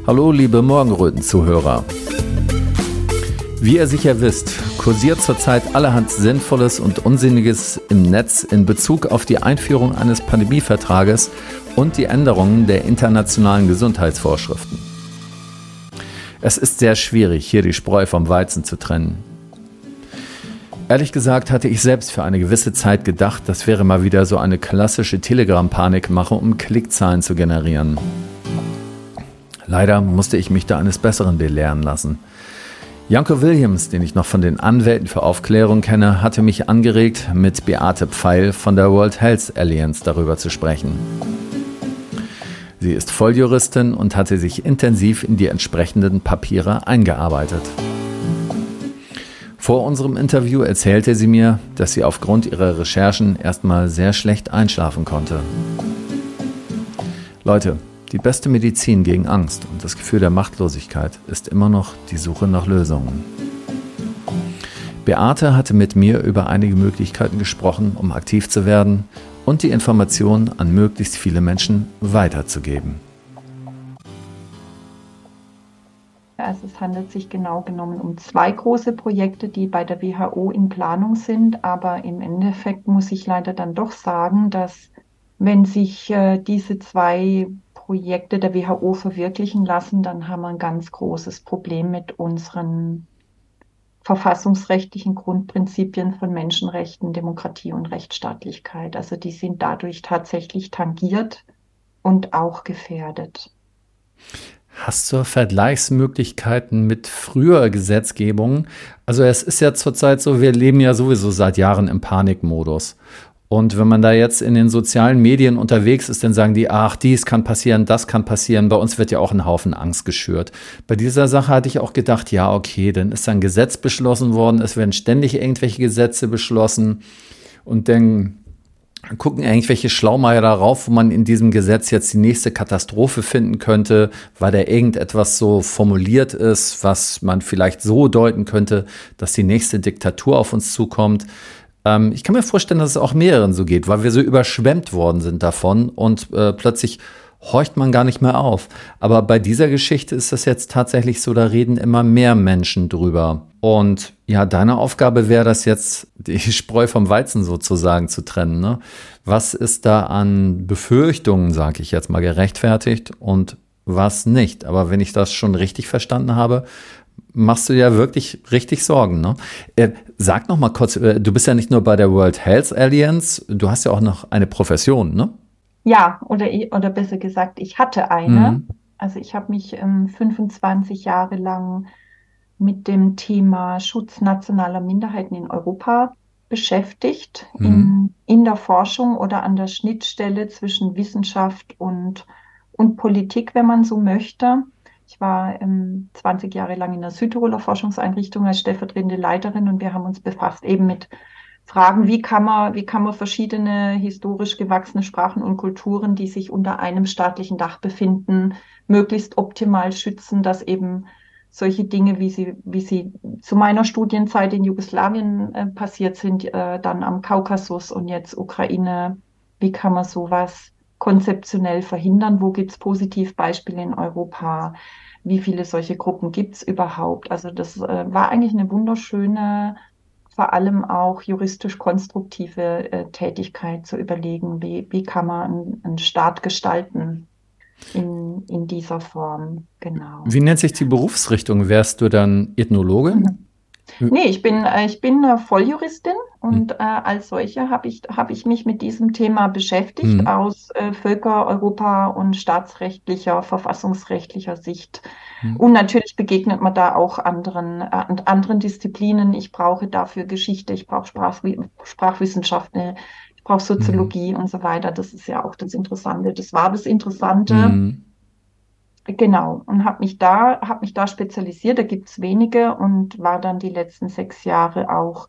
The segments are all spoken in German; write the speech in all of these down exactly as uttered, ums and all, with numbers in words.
Hallo liebe Morgenröten-Zuhörer. Wie ihr sicher wisst, kursiert zurzeit allerhand Sinnvolles und Unsinniges im Netz in Bezug auf die Einführung eines Pandemievertrages und die Änderungen der internationalen Gesundheitsvorschriften. Es ist sehr schwierig, hier die Spreu vom Weizen zu trennen. Ehrlich gesagt hatte ich selbst für eine gewisse Zeit gedacht, das wäre mal wieder so eine klassische Telegram-Panikmache, um Klickzahlen zu generieren. Leider musste ich mich da eines Besseren belehren lassen. Janko Williams, den ich noch von den Anwälten für Aufklärung kenne, hatte mich angeregt, mit Beate Pfeil von der World Health Alliance darüber zu sprechen. Sie ist Volljuristin und hatte sich intensiv in die entsprechenden Papiere eingearbeitet. Vor unserem Interview erzählte sie mir, dass sie aufgrund ihrer Recherchen erstmal sehr schlecht einschlafen konnte. Leute, die beste Medizin gegen Angst und das Gefühl der Machtlosigkeit ist immer noch die Suche nach Lösungen. Beate hatte mit mir über einige Möglichkeiten gesprochen, um aktiv zu werden und die Informationen an möglichst viele Menschen weiterzugeben. Also es handelt sich genau genommen um zwei große Projekte, die bei der W H O in Planung sind. Aber im Endeffekt muss ich leider dann doch sagen, dass wenn sich äh, diese zwei Projekte der W H O verwirklichen lassen, dann haben wir ein ganz großes Problem mit unseren verfassungsrechtlichen Grundprinzipien von Menschenrechten, Demokratie und Rechtsstaatlichkeit. Also die sind dadurch tatsächlich tangiert und auch gefährdet. Hast du Vergleichsmöglichkeiten mit früherer Gesetzgebung? Also es ist ja zurzeit so, wir leben ja sowieso seit Jahren im Panikmodus. Und wenn man da jetzt in den sozialen Medien unterwegs ist, dann sagen die, ach, dies kann passieren, das kann passieren. Bei uns wird ja auch ein Haufen Angst geschürt. Bei dieser Sache hatte ich auch gedacht, ja, okay, dann ist ein Gesetz beschlossen worden. Es werden ständig irgendwelche Gesetze beschlossen. Und dann gucken irgendwelche Schlaumeier darauf, wo man in diesem Gesetz jetzt die nächste Katastrophe finden könnte, weil da irgendetwas so formuliert ist, was man vielleicht so deuten könnte, dass die nächste Diktatur auf uns zukommt. Ähm, ich kann mir vorstellen, dass es auch mehreren so geht, weil wir so überschwemmt worden sind davon und äh, plötzlich horcht man gar nicht mehr auf. Aber bei dieser Geschichte ist das jetzt tatsächlich so, da reden immer mehr Menschen drüber. Und ja, deine Aufgabe wäre das jetzt, die Spreu vom Weizen sozusagen zu trennen, ne? Was ist da an Befürchtungen, sage ich jetzt mal, gerechtfertigt und was nicht? Aber wenn ich das schon richtig verstanden habe, machst du ja wirklich richtig Sorgen, ne? Äh, sag noch mal kurz, äh, du bist ja nicht nur bei der World Health Alliance, du hast ja auch noch eine Profession, ne? Ja, oder, oder besser gesagt, ich hatte eine. Mhm. Also ich habe mich ähm, fünfundzwanzig Jahre lang mit dem Thema Schutz nationaler Minderheiten in Europa beschäftigt, mhm. in, in der Forschung oder an der Schnittstelle zwischen Wissenschaft und, und Politik, wenn man so möchte. Ich war ähm, zwanzig Jahre lang in der Südtiroler Forschungseinrichtung als stellvertretende Leiterin und wir haben uns befasst eben mit Fragen, wie kann man, wie kann man verschiedene historisch gewachsene Sprachen und Kulturen, die sich unter einem staatlichen Dach befinden, möglichst optimal schützen, dass eben solche Dinge, wie sie, wie sie zu meiner Studienzeit in Jugoslawien äh, passiert sind, äh, dann am Kaukasus und jetzt Ukraine, wie kann man sowas konzeptionell verhindern? Wo gibt es Positivbeispiele in Europa? Wie viele solche Gruppen gibt es überhaupt? Also das äh, war eigentlich eine wunderschöne, vor allem auch juristisch konstruktive äh, Tätigkeit zu überlegen, wie, wie kann man einen, einen Staat gestalten in, in dieser Form. Genau. Wie nennt sich die Berufsrichtung? Wärst du dann Ethnologe? Mhm. Nee, ich bin, äh, ich bin äh, Volljuristin und äh, als solche habe ich, hab ich mich mit diesem Thema beschäftigt, mhm. aus äh, Völker-, Europa- und staatsrechtlicher, verfassungsrechtlicher Sicht. Mhm. Und natürlich begegnet man da auch anderen, äh, anderen Disziplinen. Ich brauche dafür Geschichte, ich brauche Sprach, Sprachwissenschaften, ich brauche Soziologie mhm. und so weiter. Das ist ja auch das Interessante. Das war das Interessante. Mhm. Genau, und habe mich da, habe mich da spezialisiert, da gibt es wenige und war dann die letzten sechs Jahre auch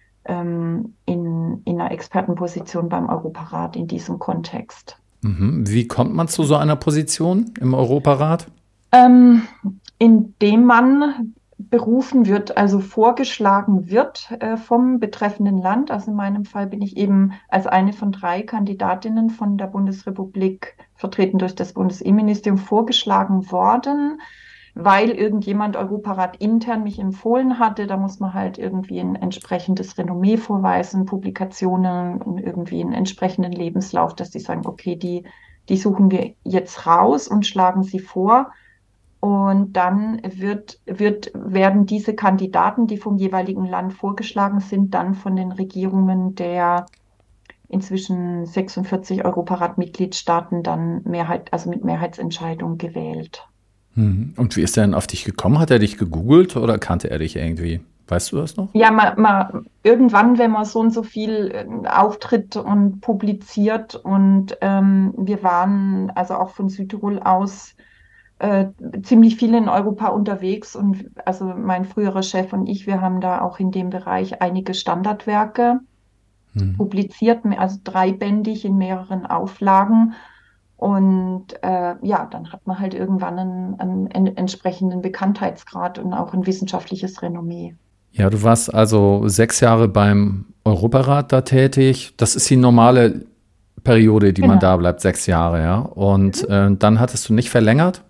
ähm, in, in einer Expertenposition beim Europarat in diesem Kontext. Mhm. Wie kommt man zu so einer Position im Europarat? Ähm, indem man berufen wird, also vorgeschlagen wird äh, vom betreffenden Land. Also in meinem Fall bin ich eben als eine von drei Kandidatinnen von der Bundesrepublik, vertreten durch das Bundesinnenministerium, vorgeschlagen worden, weil irgendjemand Europarat intern mich empfohlen hatte. Da muss man halt irgendwie ein entsprechendes Renommee vorweisen, Publikationen und irgendwie einen entsprechenden Lebenslauf, dass die sagen, okay, die, die suchen wir jetzt raus und schlagen sie vor. Und dann wird, wird, werden diese Kandidaten, die vom jeweiligen Land vorgeschlagen sind, dann von den Regierungen der inzwischen sechsundvierzig Europarat-Mitgliedstaaten dann Mehrheit, also mit Mehrheitsentscheidung gewählt. Hm. Und wie ist er denn auf dich gekommen? Hat er dich gegoogelt oder kannte er dich irgendwie? Weißt du das noch? Ja, man, man, irgendwann, wenn man so und so viel äh, auftritt und publiziert und ähm, wir waren also auch von Südtirol aus äh, ziemlich viel in Europa unterwegs und also mein früherer Chef und ich, wir haben da auch in dem Bereich einige Standardwerke Hm. publiziert, also dreibändig in mehreren Auflagen. Und äh, ja, dann hat man halt irgendwann einen, einen, einen entsprechenden Bekanntheitsgrad und auch ein wissenschaftliches Renommee. Ja, du warst also sechs Jahre beim Europarat da tätig. Das ist die normale Periode, die man Genau. da bleibt, sechs Jahre, ja. Und äh, dann hattest du nicht verlängert?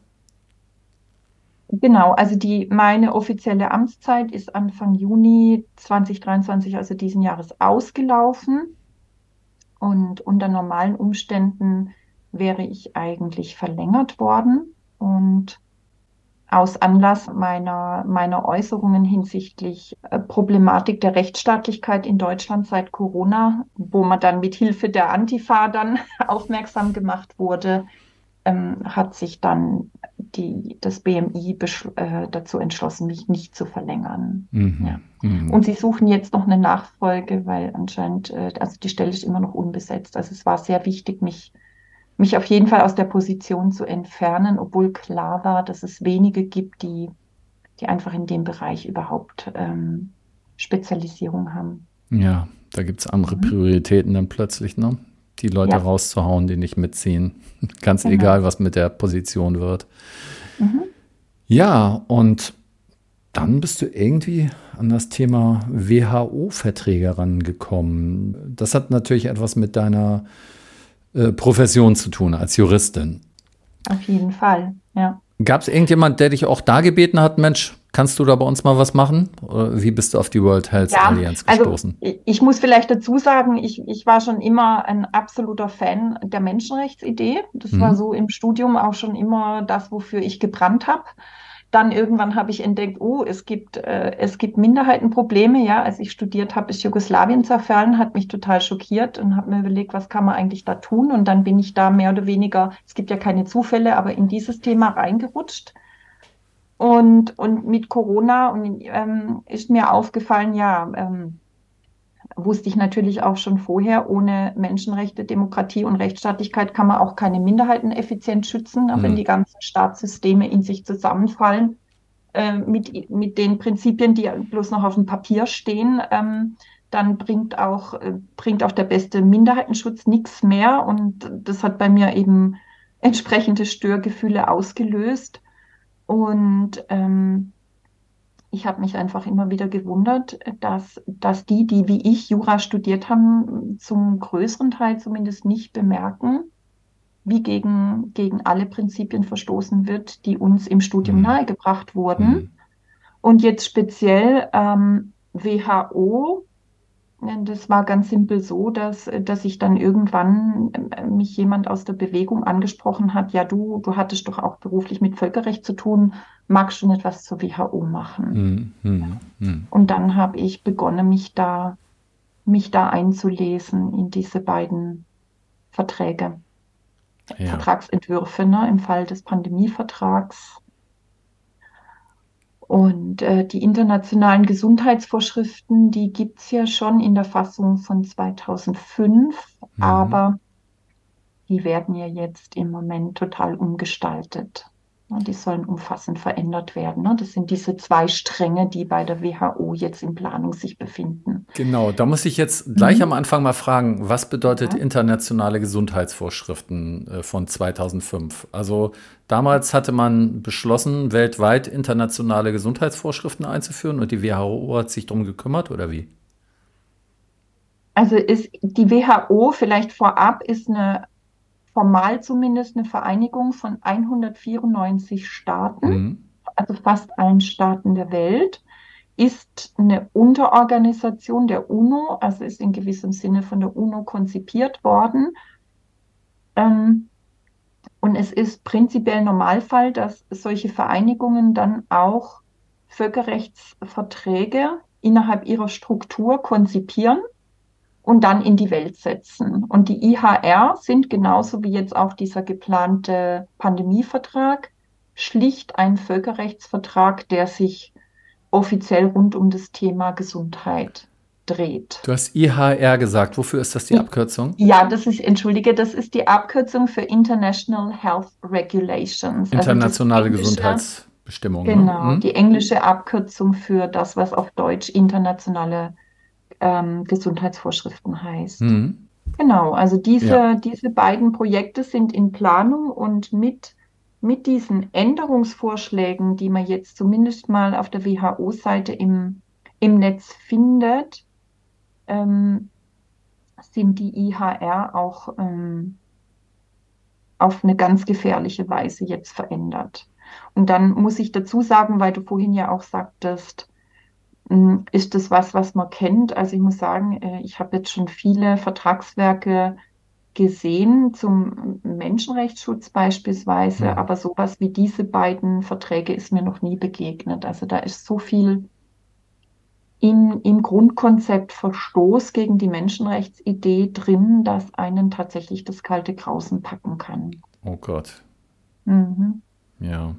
Genau, also die, meine offizielle Amtszeit ist Anfang Juni zwanzig dreiundzwanzig, also diesen Jahres, ausgelaufen. Und unter normalen Umständen wäre ich eigentlich verlängert worden. Und aus Anlass meiner, meiner Äußerungen hinsichtlich äh, Problematik der Rechtsstaatlichkeit in Deutschland seit Corona, wo man dann mit Hilfe der Antifa dann aufmerksam gemacht wurde, ähm, hat sich dann die, das B M I äh, dazu entschlossen, mich nicht zu verlängern. Mhm. Ja. Mhm. Und sie suchen jetzt noch eine Nachfolge, weil anscheinend, äh, also die Stelle ist immer noch unbesetzt. Also es war sehr wichtig, mich, mich auf jeden Fall aus der Position zu entfernen, obwohl klar war, dass es wenige gibt, die, die einfach in dem Bereich überhaupt ähm, Spezialisierung haben. Ja, da gibt es andere Mhm. Prioritäten dann plötzlich, ne? Die Leute Ja. rauszuhauen, die nicht mitziehen. Ganz Genau. egal, was mit der Position wird. Mhm. Ja, und dann bist du irgendwie an das Thema W H O-Verträge rangekommen. Das hat natürlich etwas mit deiner äh, Profession zu tun als Juristin. Auf jeden Fall, ja. Gab es irgendjemand, der dich auch da gebeten hat, Mensch, kannst du da bei uns mal was machen? Oder wie bist du auf die World Health Ja, Alliance also gestoßen? ich, ich muss vielleicht dazu sagen, ich, ich war schon immer ein absoluter Fan der Menschenrechtsidee. Das war Mhm. so im Studium auch schon immer das, wofür ich gebrannt habe. Dann irgendwann habe ich entdeckt, oh, es gibt, äh, es gibt Minderheitenprobleme. Ja, als ich studiert habe, ist Jugoslawien zerfallen, hat mich total schockiert und habe mir überlegt, was kann man eigentlich da tun? Und dann bin ich da mehr oder weniger, es gibt ja keine Zufälle, aber in dieses Thema reingerutscht. Und, und mit Corona und, ähm, ist mir aufgefallen, ja, ähm, wusste ich natürlich auch schon vorher, ohne Menschenrechte, Demokratie und Rechtsstaatlichkeit kann man auch keine Minderheiten effizient schützen, auch wenn Mhm. die ganzen Staatssysteme in sich zusammenfallen, äh, mit, mit den Prinzipien, die bloß noch auf dem Papier stehen, ähm, dann bringt auch, äh, bringt auch der beste Minderheitenschutz nichts mehr. Und das hat bei mir eben entsprechende Störgefühle ausgelöst. Und ähm, ich habe mich einfach immer wieder gewundert, dass, dass die, die wie ich Jura studiert haben, zum größeren Teil zumindest nicht bemerken, wie gegen, gegen alle Prinzipien verstoßen wird, die uns im Studium Mhm. nahegebracht wurden. Mhm. Und jetzt speziell ähm, W H O. Das war ganz simpel so, dass, dass sich dann irgendwann äh, mich jemand aus der Bewegung angesprochen hat, ja, du, du hattest doch auch beruflich mit Völkerrecht zu tun, magst du nicht was zur W H O machen? Mhm. Mhm. Mhm. Und dann habe ich begonnen, mich da, mich da einzulesen in diese beiden Verträge, Ja. Vertragsentwürfe, ne, im Fall des Pandemievertrags. Und äh, die internationalen Gesundheitsvorschriften, die gibt es ja schon in der Fassung von zweitausendfünf, Mhm. aber die werden ja jetzt im Moment total umgestaltet. Und die sollen umfassend verändert werden. Ne? Das sind diese zwei Stränge, die bei der W H O jetzt in Planung sich befinden. Genau, da muss ich jetzt gleich am Mhm. Anfang mal fragen, was bedeutet Ja. internationale Gesundheitsvorschriften äh, von zweitausendfünf? Also damals hatte man beschlossen, weltweit internationale Gesundheitsvorschriften einzuführen und die W H O hat sich darum gekümmert, oder wie? Also ist die W H O vielleicht vorab ist eine formal zumindest eine Vereinigung von hundertvierundneunzig Staaten, Mhm. also fast allen Staaten der Welt, ist eine Unterorganisation der UNO, also ist in gewissem Sinne von der UNO konzipiert worden. Ähm, und es ist prinzipiell Normalfall, dass solche Vereinigungen dann auch Völkerrechtsverträge innerhalb ihrer Struktur konzipieren und dann in die Welt setzen. Und die I H R sind genauso wie jetzt auch dieser geplante Pandemievertrag schlicht ein Völkerrechtsvertrag, der sich offiziell rund um das Thema Gesundheit dreht. Du hast I H R gesagt. Wofür ist das die Abkürzung? Ja, das ist, entschuldige, das ist die Abkürzung für International Health Regulations. Also das Internationale englische, Gesundheitsbestimmungen, ne? genau, Mhm. die englische Abkürzung für das, was auf Deutsch internationale ähm, Gesundheitsvorschriften heißt. Mhm. Genau, also Ja. diese, diese beiden Projekte sind in Planung und mit, mit diesen Änderungsvorschlägen, die man jetzt zumindest mal auf der W H O-Seite im, im Netz findet, ähm, sind die I H R auch ähm, auf eine ganz gefährliche Weise jetzt verändert. Und dann muss ich dazu sagen, weil du vorhin ja auch sagtest, mh, ist das was, was man kennt? Also ich muss sagen, äh, ich habe jetzt schon viele Vertragswerke gesehen zum Menschenrechtsschutz beispielsweise, Mhm. aber sowas wie diese beiden Verträge ist mir noch nie begegnet. Also da ist so viel im, im Grundkonzept Verstoß gegen die Menschenrechtsidee drin, dass einen tatsächlich das kalte Grausen packen kann. Oh Gott. Mhm. Ja.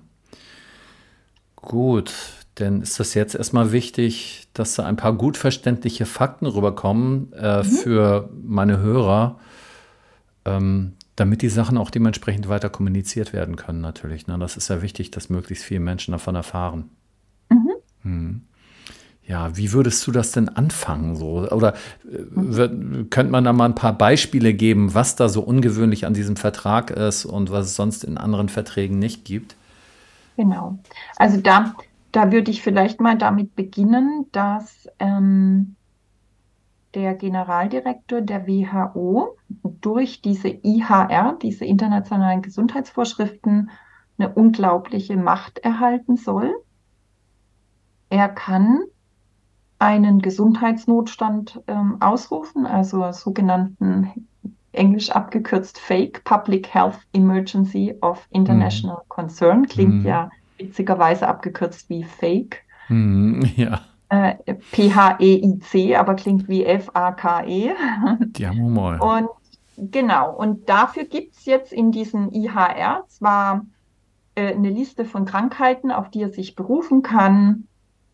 Gut, dann ist das jetzt erstmal wichtig, dass da ein paar gut verständliche Fakten rüberkommen äh, Mhm. für meine Hörer, ähm, damit die Sachen auch dementsprechend weiter kommuniziert werden können, natürlich. Ne? Das ist ja wichtig, dass möglichst viele Menschen davon erfahren. Mhm. Hm. Ja, wie würdest du das denn anfangen? So? Oder äh, Mhm. wird, könnte man da mal ein paar Beispiele geben, was da so ungewöhnlich an diesem Vertrag ist und was es sonst in anderen Verträgen nicht gibt? Genau. Also da, da würde ich vielleicht mal damit beginnen, dass ähm, der Generaldirektor der W H O durch diese I H R, diese internationalen Gesundheitsvorschriften, eine unglaubliche Macht erhalten soll. Er kann einen Gesundheitsnotstand ähm, ausrufen, also sogenannten englisch abgekürzt Fake Public Health Emergency of Hm. International Concern, klingt Hm. ja witzigerweise abgekürzt wie Fake. Hm. Ja, Äh, P H E I C, aber klingt wie F A K E. die haben Humor. Und genau, und dafür gibt es jetzt in diesen I H R zwar äh, eine Liste von Krankheiten, auf die er sich berufen kann.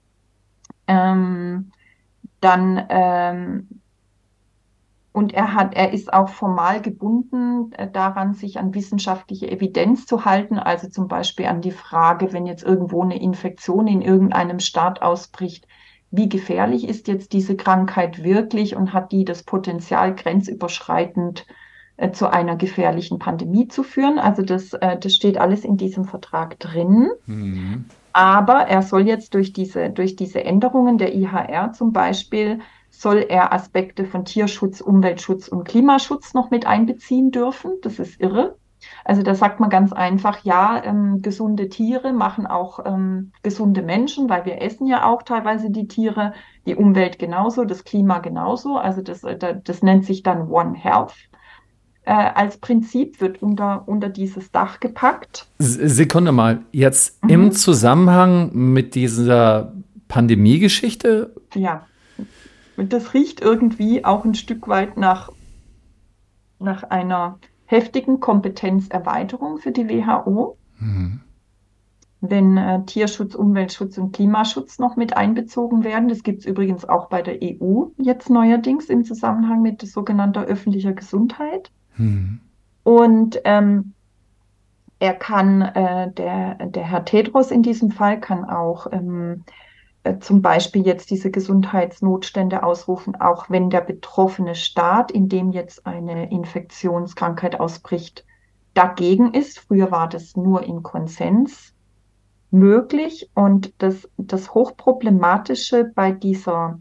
Ähm, dann ähm, und er hat, er ist auch formal gebunden äh, daran, sich an wissenschaftliche Evidenz zu halten, also zum Beispiel an die Frage, wenn jetzt irgendwo eine Infektion in irgendeinem Staat ausbricht, wie gefährlich ist jetzt diese Krankheit wirklich und hat die das Potenzial, grenzüberschreitend äh, zu einer gefährlichen Pandemie zu führen? Also das, äh, das steht alles in diesem Vertrag drin. Hm. Aber er soll jetzt durch diese, durch diese Änderungen der I H R zum Beispiel, soll er Aspekte von Tierschutz, Umweltschutz und Klimaschutz noch mit einbeziehen dürfen. Das ist irre. Also da sagt man ganz einfach, ja, ähm, gesunde Tiere machen auch ähm, gesunde Menschen, weil wir essen ja auch teilweise die Tiere, die Umwelt genauso, das Klima genauso. Also das, äh, das nennt sich dann One Health. Äh, als Prinzip wird unter, unter dieses Dach gepackt. Sekunde mal, jetzt im Mhm. Zusammenhang mit dieser Pandemie-Geschichte? Ja. Und das riecht irgendwie auch ein Stück weit nach, nach einer heftigen Kompetenzerweiterung für die W H O, wenn äh, Tierschutz, Umweltschutz und Klimaschutz noch mit einbezogen werden. Das gibt es übrigens auch bei der E U jetzt neuerdings im Zusammenhang mit sogenannter öffentlicher Gesundheit. Hm. Und ähm, er kann, äh, der, der Herr Tedros in diesem Fall kann auch ähm, äh, zum Beispiel jetzt diese Gesundheitsnotstände ausrufen, auch wenn der betroffene Staat, in dem jetzt eine Infektionskrankheit ausbricht, dagegen ist. Früher war das nur in Konsens möglich. Und das, das Hochproblematische bei dieser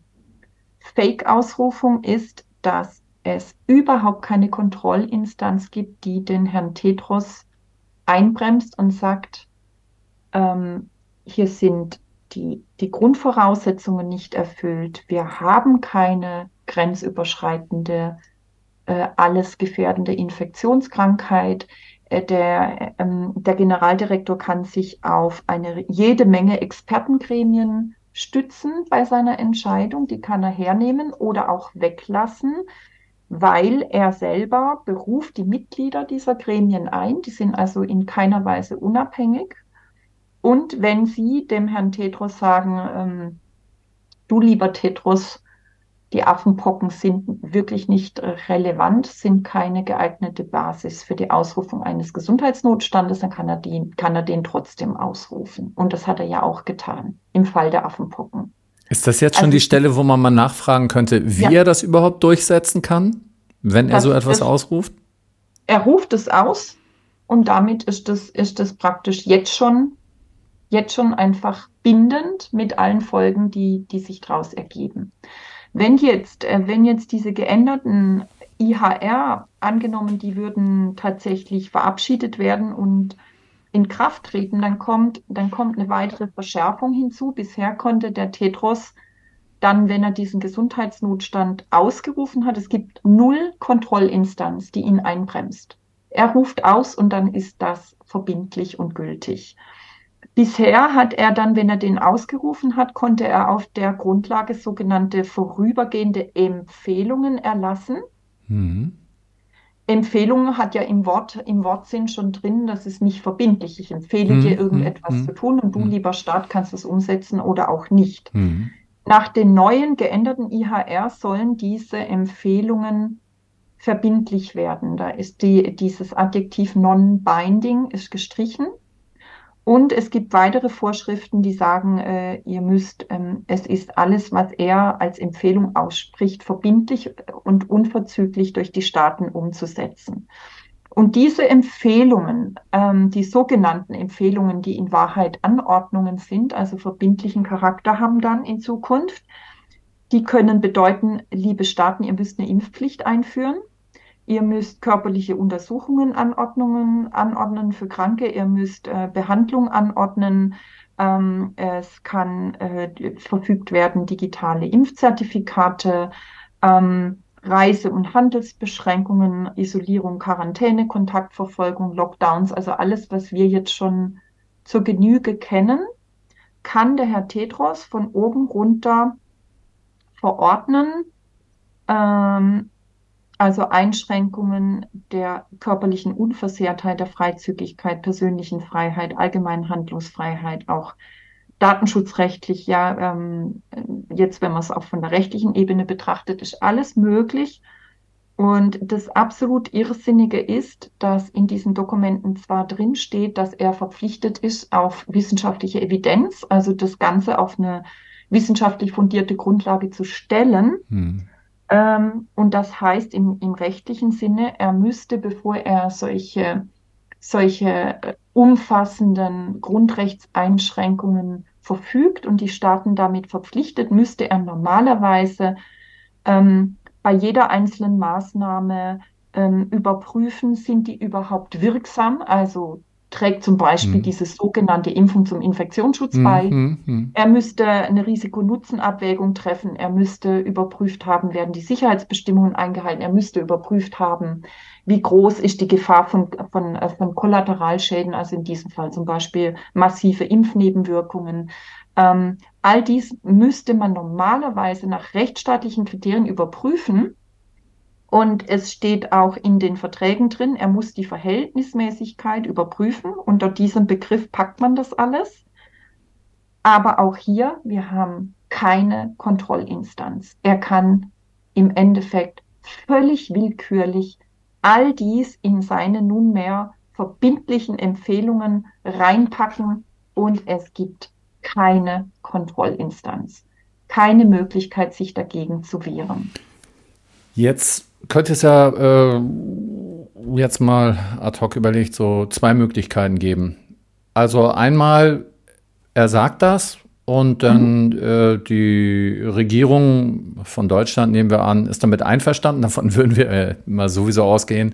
Fake-Ausrufung ist, dass es überhaupt keine Kontrollinstanz gibt, die den Herrn Tedros einbremst und sagt, ähm, hier sind die, die Grundvoraussetzungen nicht erfüllt. Wir haben keine grenzüberschreitende, äh, alles gefährdende Infektionskrankheit. Äh, der, ähm, der Generaldirektor kann sich auf eine jede Menge Expertengremien stützen bei seiner Entscheidung. Die kann er hernehmen oder auch weglassen, weil er selber beruft die Mitglieder dieser Gremien ein. Die sind also in keiner Weise unabhängig. Und wenn Sie dem Herrn Tedros sagen, ähm, du lieber Tedros, die Affenpocken sind wirklich nicht äh, relevant, sind keine geeignete Basis für die Ausrufung eines Gesundheitsnotstandes, dann kann er, die, kann er den trotzdem ausrufen. Und das hat er ja auch getan im Fall der Affenpocken. Ist das jetzt schon Also, die Stelle, wo man mal nachfragen könnte, wie ja, er das überhaupt durchsetzen kann, wenn er das, so etwas das, ausruft? er ruft es aus und damit ist es, ist es praktisch jetzt schon, jetzt schon einfach bindend mit allen Folgen, die, die sich daraus ergeben. Wenn jetzt, äh, wenn jetzt diese geänderten I H R angenommen, die würden tatsächlich verabschiedet werden und in Kraft treten, dann kommt, dann kommt eine weitere Verschärfung hinzu. Bisher konnte der Tedros dann, wenn er diesen Gesundheitsnotstand ausgerufen hat, es gibt null Kontrollinstanz, die ihn einbremst. Er ruft aus und dann ist das verbindlich und gültig. Bisher hat er dann, wenn er den ausgerufen hat, konnte er auf der Grundlage sogenannte vorübergehende Empfehlungen erlassen. Mhm. Empfehlungen hat ja im Wort, im Wortsinn schon drin, das ist nicht verbindlich. Ich empfehle dir, Mhm. irgendetwas zu Mhm. tun und du, Mhm. lieber Staat, kannst es umsetzen oder auch nicht. Mhm. Nach den neuen geänderten I H R sollen diese Empfehlungen verbindlich werden. Da ist die, dieses Adjektiv non-binding ist gestrichen. Und es gibt weitere Vorschriften, die sagen, äh, ihr müsst, ähm, es ist alles, was er als Empfehlung ausspricht, verbindlich und unverzüglich durch die Staaten umzusetzen. Und diese Empfehlungen, ähm, die sogenannten Empfehlungen, die in Wahrheit Anordnungen sind, also verbindlichen Charakter haben dann in Zukunft, die können bedeuten, liebe Staaten, ihr müsst eine Impfpflicht einführen. Ihr müsst körperliche Untersuchungen anordnungen, anordnen für Kranke, ihr müsst äh, Behandlung anordnen. Ähm, es kann äh, verfügt werden digitale Impfzertifikate, ähm, Reise- und Handelsbeschränkungen, Isolierung, Quarantäne, Kontaktverfolgung, Lockdowns, also alles, was wir jetzt schon zur Genüge kennen, kann der Herr Tedros von oben runter verordnen. Ähm, also Einschränkungen der körperlichen Unversehrtheit, der Freizügigkeit, persönlichen Freiheit, allgemeinen Handlungsfreiheit, auch datenschutzrechtlich, ja, ähm, jetzt, wenn man es auch von der rechtlichen Ebene betrachtet, ist alles möglich. Und das absolut Irrsinnige ist, dass in diesen Dokumenten zwar drin steht, dass er verpflichtet ist auf wissenschaftliche Evidenz, also das Ganze auf eine wissenschaftlich fundierte Grundlage zu stellen. Mhm. Ähm, und das heißt im, im rechtlichen Sinne, er müsste, bevor er solche, solche äh, umfassenden Grundrechtseinschränkungen verfügt und die Staaten damit verpflichtet, müsste er normalerweise ähm, bei jeder einzelnen Maßnahme ähm, überprüfen, sind die überhaupt wirksam, also trägt zum Beispiel Mhm. diese sogenannte Impfung zum Infektionsschutz bei. Mhm. Mhm. Er müsste eine Risiko-Nutzen-Abwägung treffen. Er müsste überprüft haben, werden die Sicherheitsbestimmungen eingehalten. Er müsste überprüft haben, wie groß ist die Gefahr von, von, äh, von Kollateralschäden, also in diesem Fall zum Beispiel massive Impfnebenwirkungen. Ähm, all dies müsste man normalerweise nach rechtsstaatlichen Kriterien überprüfen. Und es steht auch in den Verträgen drin, er muss die Verhältnismäßigkeit überprüfen. Unter diesem Begriff packt man das alles. Aber auch hier, wir haben keine Kontrollinstanz. Er kann im Endeffekt völlig willkürlich all dies in seine nunmehr verbindlichen Empfehlungen reinpacken und es gibt keine Kontrollinstanz, keine Möglichkeit, sich dagegen zu wehren. Jetzt könnte es ja äh, jetzt mal ad hoc überlegt so zwei Möglichkeiten geben. Also einmal, er sagt das und dann mhm. äh, die Regierung von Deutschland, nehmen wir an, ist damit einverstanden. Davon würden wir äh, mal sowieso ausgehen.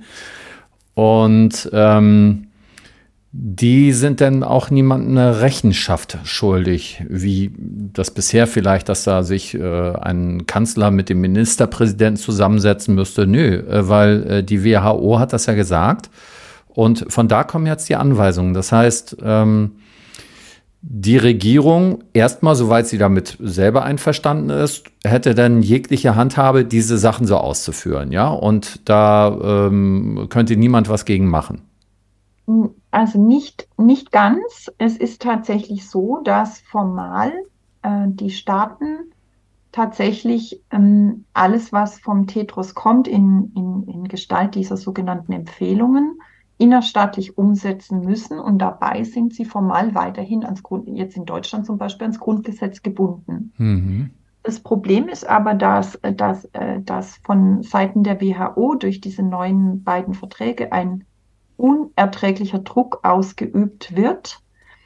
Und ähm, die sind dann auch niemandem eine Rechenschaft schuldig, wie das bisher vielleicht, dass da sich äh, ein Kanzler mit dem Ministerpräsidenten zusammensetzen müsste. Nö, äh, weil äh, die W H O hat das ja gesagt. Und von da kommen jetzt die Anweisungen. Das heißt, ähm, die Regierung, erstmal, soweit sie damit selber einverstanden ist, hätte dann jegliche Handhabe, diese Sachen so auszuführen. Ja? Und da ähm, könnte niemand was gegen machen. Also nicht, nicht ganz. Es ist tatsächlich so, dass formal äh, die Staaten tatsächlich ähm, alles, was vom Tedros kommt, in, in, in Gestalt dieser sogenannten Empfehlungen, innerstaatlich umsetzen müssen. Und dabei sind sie formal weiterhin ans Grund, jetzt in Deutschland zum Beispiel, ans Grundgesetz gebunden. Mhm. Das Problem ist aber, dass, dass, dass von Seiten der W H O durch diese neuen beiden Verträge ein unerträglicher Druck ausgeübt wird.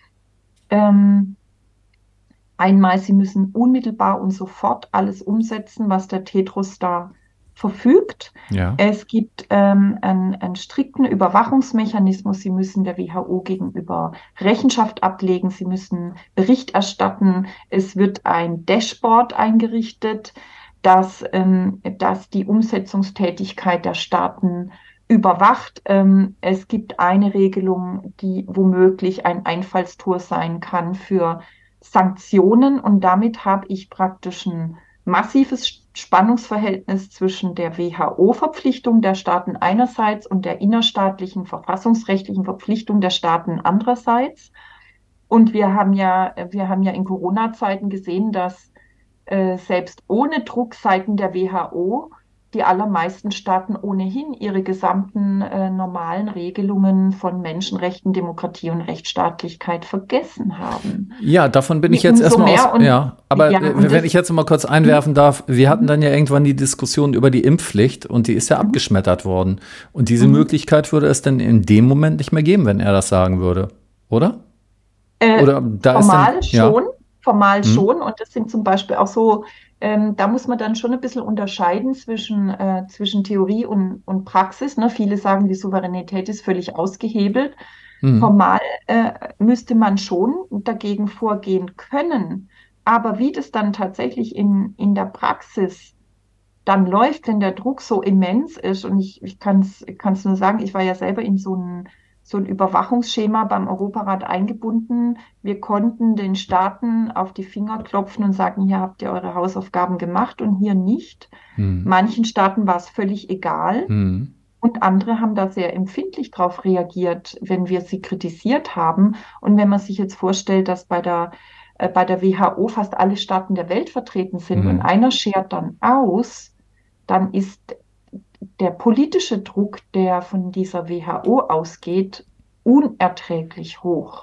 Ähm, einmal, sie müssen unmittelbar und sofort alles umsetzen, was der Tedros da verfügt. Ja. Es gibt ähm, einen, einen strikten Überwachungsmechanismus. Sie müssen der W H O gegenüber Rechenschaft ablegen. Sie müssen Bericht erstatten. Es wird ein Dashboard eingerichtet, das, ähm, das die Umsetzungstätigkeit der Staaten überwacht. Ähm, es gibt eine Regelung, die womöglich ein Einfallstor sein kann für Sanktionen. Und damit habe ich praktisch ein massives Spannungsverhältnis zwischen der W H O-Verpflichtung der Staaten einerseits und der innerstaatlichen verfassungsrechtlichen Verpflichtung der Staaten andererseits. Und wir haben ja, wir haben ja in Corona-Zeiten gesehen, dass äh, selbst ohne Druck seitens der W H O die allermeisten Staaten ohnehin ihre gesamten äh, normalen Regelungen von Menschenrechten, Demokratie und Rechtsstaatlichkeit vergessen haben. Ja, davon bin ich jetzt erstmal aus. Ja, aber ja, wenn das, ich jetzt mal kurz einwerfen darf, wir hatten dann ja irgendwann die Diskussion über die Impfpflicht und die ist ja mhm. abgeschmettert worden. Und diese mhm. Möglichkeit würde es dann in dem Moment nicht mehr geben, wenn er das sagen würde, oder? Äh, oder da formal ist dann, schon, ja. formal mhm. schon. Und das sind zum Beispiel auch so. Ähm, da muss man dann schon ein bisschen unterscheiden zwischen, äh, zwischen Theorie und, und Praxis. Ne? Viele sagen, die Souveränität ist völlig ausgehebelt. Mhm. Formal äh, müsste man schon dagegen vorgehen können. Aber wie das dann tatsächlich in, in der Praxis dann läuft, wenn der Druck so immens ist, und ich, ich kann es nur sagen, ich war ja selber in so einem so ein Überwachungsschema beim Europarat eingebunden. Wir konnten den Staaten auf die Finger klopfen und sagen, hier habt ihr eure Hausaufgaben gemacht und hier nicht. Hm. Manchen Staaten war es völlig egal. Hm. Und andere haben da sehr empfindlich drauf reagiert, wenn wir sie kritisiert haben. Und wenn man sich jetzt vorstellt, dass bei der, äh, bei der W H O fast alle Staaten der Welt vertreten sind hm. und einer schert dann aus, dann ist der politische Druck, der von dieser W H O ausgeht, unerträglich hoch.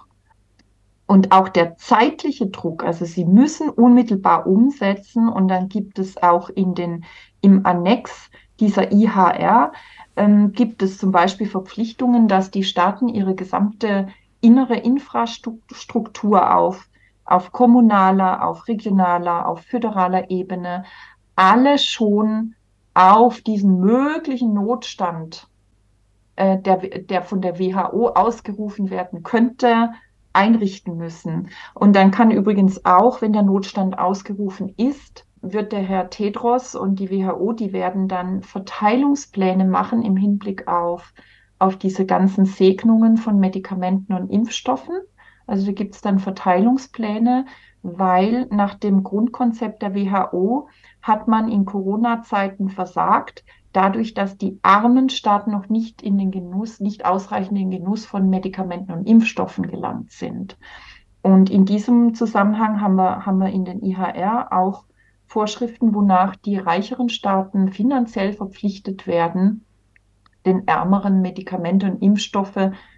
Und auch der zeitliche Druck, also sie müssen unmittelbar umsetzen und dann gibt es auch in den, im Annex dieser I H R, ähm, gibt es zum Beispiel Verpflichtungen, dass die Staaten ihre gesamte innere Infrastruktur auf, auf kommunaler, auf regionaler, auf föderaler Ebene alle schon auf diesen möglichen Notstand, äh, der, der von der W H O ausgerufen werden könnte, einrichten müssen. Und dann kann übrigens auch, wenn der Notstand ausgerufen ist, wird der Herr Tedros und die W H O, die werden dann Verteilungspläne machen im Hinblick auf, auf diese ganzen Segnungen von Medikamenten und Impfstoffen. Also da gibt es dann Verteilungspläne, weil nach dem Grundkonzept der W H O hat man in Corona-Zeiten versagt, dadurch, dass die armen Staaten noch nicht in den Genuss, nicht ausreichend in den Genuss von Medikamenten und Impfstoffen gelangt sind. Und in diesem Zusammenhang haben wir, haben wir in den I H R auch Vorschriften, wonach die reicheren Staaten finanziell verpflichtet werden, den ärmeren Medikamente und Impfstoffe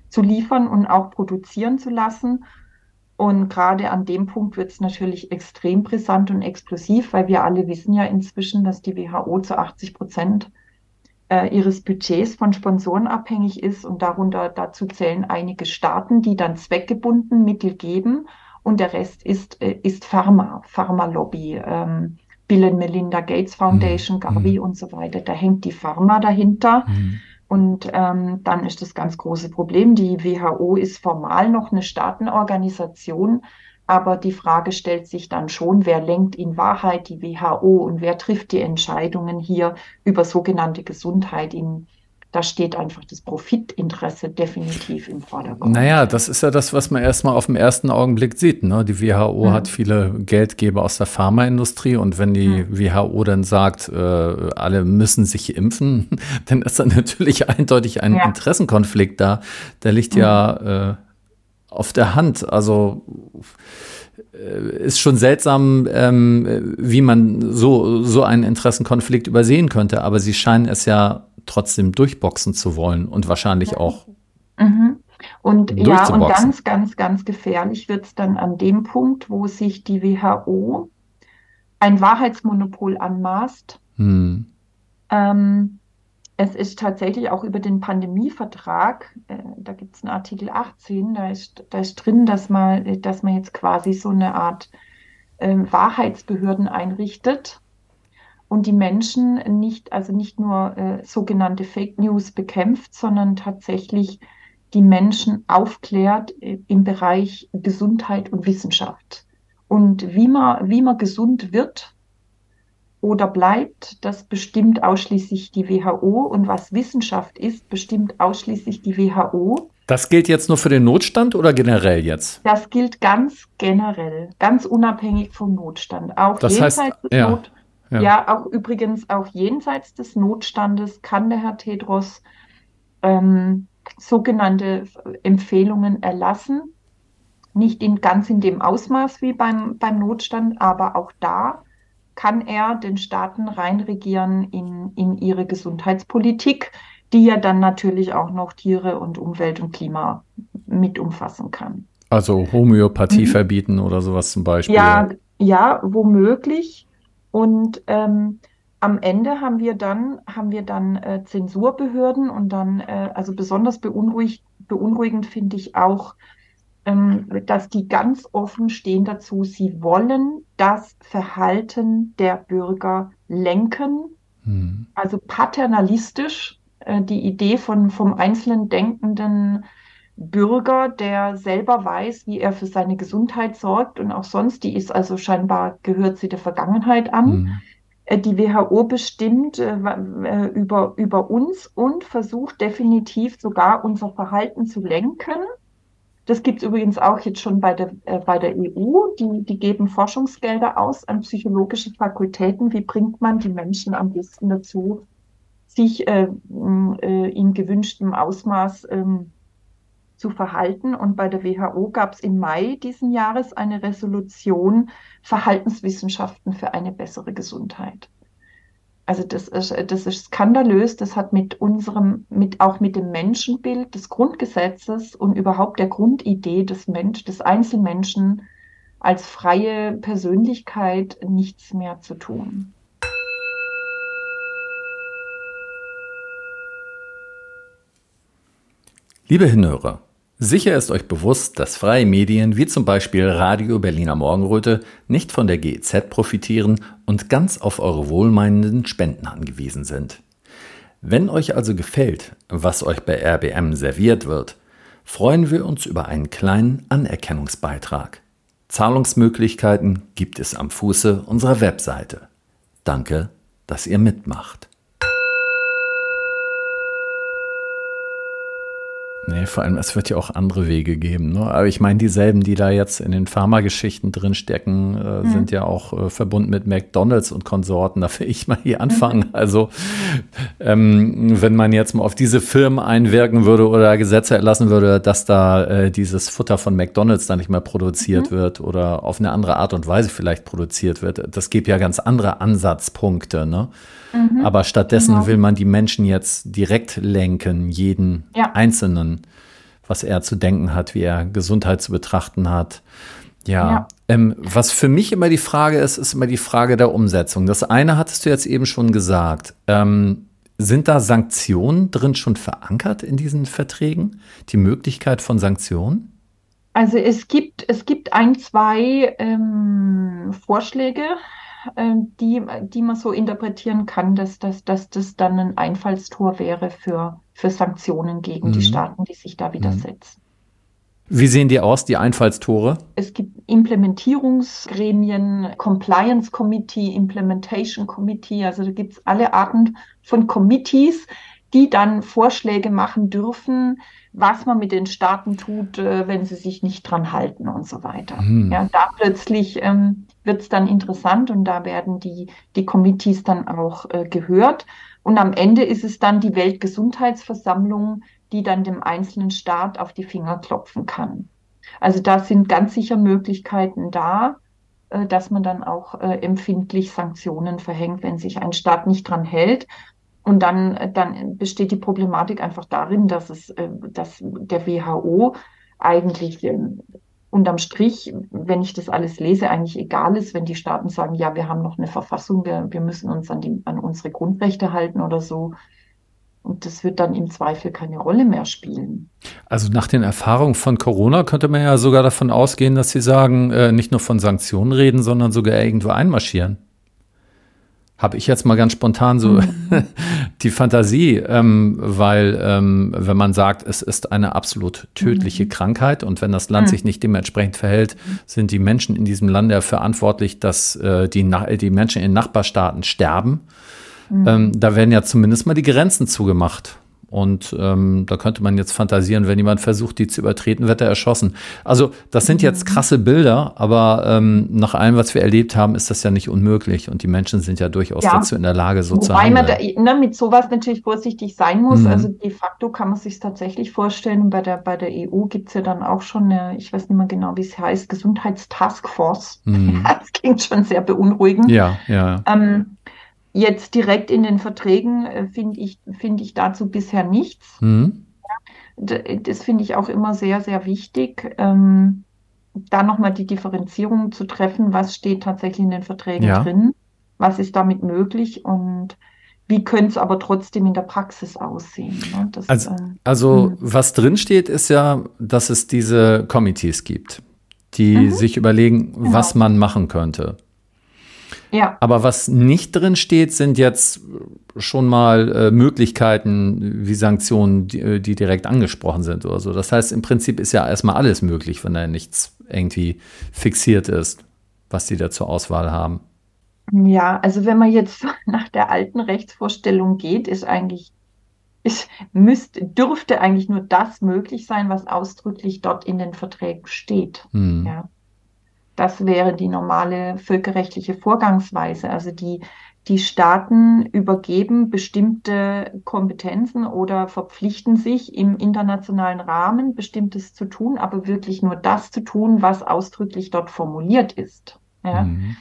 zu liefern und auch produzieren zu lassen. Und gerade an dem Punkt wird es natürlich extrem brisant und explosiv, weil wir alle wissen ja inzwischen, dass die W H O zu achtzig Prozent äh, ihres Budgets von Sponsoren abhängig ist. Und darunter dazu zählen einige Staaten, die dann zweckgebunden Mittel geben. Und der Rest ist, äh, ist Pharma, Pharmalobby, ähm, Bill and Melinda Gates Foundation, Mhm. Gavi und so weiter. Da hängt die Pharma dahinter. Mhm. Und ähm, dann ist das ganz große Problem. Die W H O ist formal noch eine Staatenorganisation, aber die Frage stellt sich dann schon, wer lenkt in Wahrheit die W H O und wer trifft die Entscheidungen hier über sogenannte Gesundheit in Da steht einfach das Profitinteresse definitiv im Vordergrund. Naja, das ist ja das, was man erstmal auf den ersten Augenblick sieht. Ne? Die W H O mhm. hat viele Geldgeber aus der Pharmaindustrie und wenn die mhm. W H O dann sagt, äh, alle müssen sich impfen, dann ist da natürlich eindeutig ein ja. Interessenkonflikt da. Der liegt mhm. ja äh, auf der Hand. Also äh, ist schon seltsam, ähm, wie man so, so einen Interessenkonflikt übersehen könnte. Aber sie scheinen es ja trotzdem durchboxen zu wollen und wahrscheinlich auch mhm. Und ja, und ganz, ganz, ganz gefährlich wird es dann an dem Punkt, wo sich die W H O ein Wahrheitsmonopol anmaßt. Hm. Ähm, es ist tatsächlich auch über den Pandemievertrag, äh, da gibt es einen Artikel achtzehn, da ist, da ist drin, dass man, dass man jetzt quasi so eine Art äh, Wahrheitsbehörden einrichtet. Und die Menschen nicht, also nicht nur äh, sogenannte Fake News bekämpft, sondern tatsächlich die Menschen aufklärt äh, im Bereich Gesundheit und Wissenschaft. Und wie man, wie man gesund wird oder bleibt, das bestimmt ausschließlich die W H O. Und was Wissenschaft ist, bestimmt ausschließlich die W H O. Das gilt jetzt nur für den Notstand oder generell jetzt? Das gilt ganz generell, ganz unabhängig vom Notstand. Auch das jenseits heißt, des ja. Not Ja. ja, auch übrigens auch jenseits des Notstandes kann der Herr Tedros ähm, sogenannte Empfehlungen erlassen. Nicht in, ganz in dem Ausmaß wie beim, beim Notstand, aber auch da kann er den Staaten reinregieren in, in ihre Gesundheitspolitik, die ja dann natürlich auch noch Tiere und Umwelt und Klima mit umfassen kann. Also Homöopathie mhm. verbieten oder sowas zum Beispiel. Ja, ja, womöglich. Und ähm, am Ende haben wir dann, haben wir dann äh, Zensurbehörden und dann, äh, also besonders beunruhig, beunruhigend finde ich auch, ähm, dass die ganz offen stehen dazu, sie wollen das Verhalten der Bürger lenken, hm. also paternalistisch, äh, die Idee von, vom einzelnen denkenden Bürger, der selber weiß, wie er für seine Gesundheit sorgt und auch sonst, die ist also scheinbar, gehört sie der Vergangenheit an. Mhm. Die W H O bestimmt äh, über, über uns und versucht definitiv sogar unser Verhalten zu lenken. Das gibt es übrigens auch jetzt schon bei der, äh, bei der E U. Die, die geben Forschungsgelder aus an psychologische Fakultäten. Wie bringt man die Menschen am besten dazu, sich äh, äh, in gewünschtem Ausmaß äh, zu verhalten. Und bei der W H O gab es im Mai diesen Jahres eine Resolution Verhaltenswissenschaften für eine bessere Gesundheit. Also das ist, das ist skandalös. Das hat mit unserem, mit auch mit dem Menschenbild des Grundgesetzes und überhaupt der Grundidee des Mensch, des Einzelmenschen als freie Persönlichkeit nichts mehr zu tun. Liebe Hinhörer, sicher ist euch bewusst, dass freie Medien wie zum Beispiel Radio Berliner Morgenröte nicht von der G E Z profitieren und ganz auf eure wohlmeinenden Spenden angewiesen sind. Wenn euch also gefällt, was euch bei R B M serviert wird, freuen wir uns über einen kleinen Anerkennungsbeitrag. Zahlungsmöglichkeiten gibt es am Fuße unserer Webseite. Danke, dass ihr mitmacht. Nee, vor allem, es wird ja auch andere Wege geben. Ne? Aber ich meine, dieselben, die da jetzt in den Pharmageschichten drin stecken, äh, mhm. sind ja auch äh, verbunden mit McDonald's und Konsorten. Da will ich mal hier anfangen. Mhm. Also, ähm, wenn man jetzt mal auf diese Firmen einwirken würde oder Gesetze erlassen würde, dass da äh, dieses Futter von McDonald's dann nicht mehr produziert mhm. wird oder auf eine andere Art und Weise vielleicht produziert wird, das gibt ja ganz andere Ansatzpunkte, ne? Mhm. Aber stattdessen genau. will man die Menschen jetzt direkt lenken, jeden ja. Einzelnen. was er zu denken hat, wie er Gesundheit zu betrachten hat. Ja, Ja. Ähm, was für mich immer die Frage ist, ist immer die Frage der Umsetzung. Das eine hattest du jetzt eben schon gesagt. Ähm, sind da Sanktionen drin schon verankert in diesen Verträgen? Die Möglichkeit von Sanktionen? Also es gibt, es gibt ein, zwei ähm, Vorschläge, ähm, die, die man so interpretieren kann, dass, dass, dass das dann ein Einfallstor wäre für, für Sanktionen gegen die Mhm. Staaten, die sich da Mhm. widersetzen. Wie sehen die aus, die Einfallstore? Es gibt Implementierungsgremien, Compliance Committee, Implementation Committee, also da gibt es alle Arten von Committees, die dann Vorschläge machen dürfen, was man mit den Staaten tut, äh, wenn sie sich nicht dran halten und so weiter. Hm. Ja, da plötzlich ähm, wird es dann interessant und da werden die, die Committees dann auch äh, gehört. Und am Ende ist es dann die Weltgesundheitsversammlung, die dann dem einzelnen Staat auf die Finger klopfen kann. Also da sind ganz sicher Möglichkeiten da, äh, dass man dann auch äh, empfindlich Sanktionen verhängt, wenn sich ein Staat nicht dran hält. Und dann, äh, dann besteht die Problematik einfach darin, dass es, äh, dass der W H O eigentlich ähm, unterm Strich, wenn ich das alles lese, eigentlich egal ist, wenn die Staaten sagen, ja, wir haben noch eine Verfassung, wir, wir müssen uns an die, an unsere Grundrechte halten oder so. Und das wird dann im Zweifel keine Rolle mehr spielen. Also nach den Erfahrungen von Corona könnte man ja sogar davon ausgehen, dass Sie sagen, äh, nicht nur von Sanktionen reden, sondern sogar irgendwo einmarschieren. Habe ich jetzt mal ganz spontan so Mhm. die Fantasie, ähm, weil ähm, wenn man sagt, es ist eine absolut tödliche Mhm. Krankheit und wenn das Land sich nicht dementsprechend verhält, sind die Menschen in diesem Land ja verantwortlich, dass äh, die, Na- die Menschen in Nachbarstaaten sterben. Ähm, Mhm. da werden ja zumindest mal die Grenzen zugemacht. Und ähm, da könnte man jetzt fantasieren, wenn jemand versucht, die zu übertreten, wird er erschossen. Also das sind jetzt Mhm. krasse Bilder, aber ähm, nach allem, was wir erlebt haben, ist das ja nicht unmöglich. Und die Menschen sind ja durchaus Ja, dazu in der Lage, so zu wobei man da, handeln. ne, mit sowas natürlich vorsichtig sein muss. Also Mhm. de facto kann man sich tatsächlich vorstellen, bei der, bei der E U gibt es ja dann auch schon eine, ich weiß nicht mehr genau, wie es heißt, Gesundheitstaskforce. Mhm. Das klingt schon sehr beunruhigend. Ja, ja. Ähm, Jetzt direkt in den Verträgen äh, finde ich, finde ich dazu bisher nichts. Mhm. D- Das finde ich auch immer sehr, sehr wichtig, ähm, da nochmal die Differenzierung zu treffen, was steht tatsächlich in den Verträgen Ja. drin, was ist damit möglich und wie könnte es aber trotzdem in der Praxis aussehen. Ne? Das, Also, ähm, also mm, was drin steht, ist ja, dass es diese Committees gibt, die mhm, sich überlegen, was genau. man machen könnte. Ja, Aber was nicht drin steht, sind jetzt schon mal äh, Möglichkeiten wie Sanktionen, die, äh, die direkt angesprochen sind oder so. Das heißt, im Prinzip ist ja erstmal alles möglich, wenn da nichts irgendwie fixiert ist, was die da zur Auswahl haben. ja, also wenn man jetzt nach der alten Rechtsvorstellung geht, ist eigentlich, ist, müsste, dürfte eigentlich nur das möglich sein, was ausdrücklich dort in den Verträgen steht. Hm. Ja. Das wäre die normale völkerrechtliche Vorgangsweise. Also die, die Staaten übergeben bestimmte Kompetenzen oder verpflichten sich im internationalen Rahmen, Bestimmtes zu tun, aber wirklich nur das zu tun, was ausdrücklich dort formuliert ist. Ja. Hm.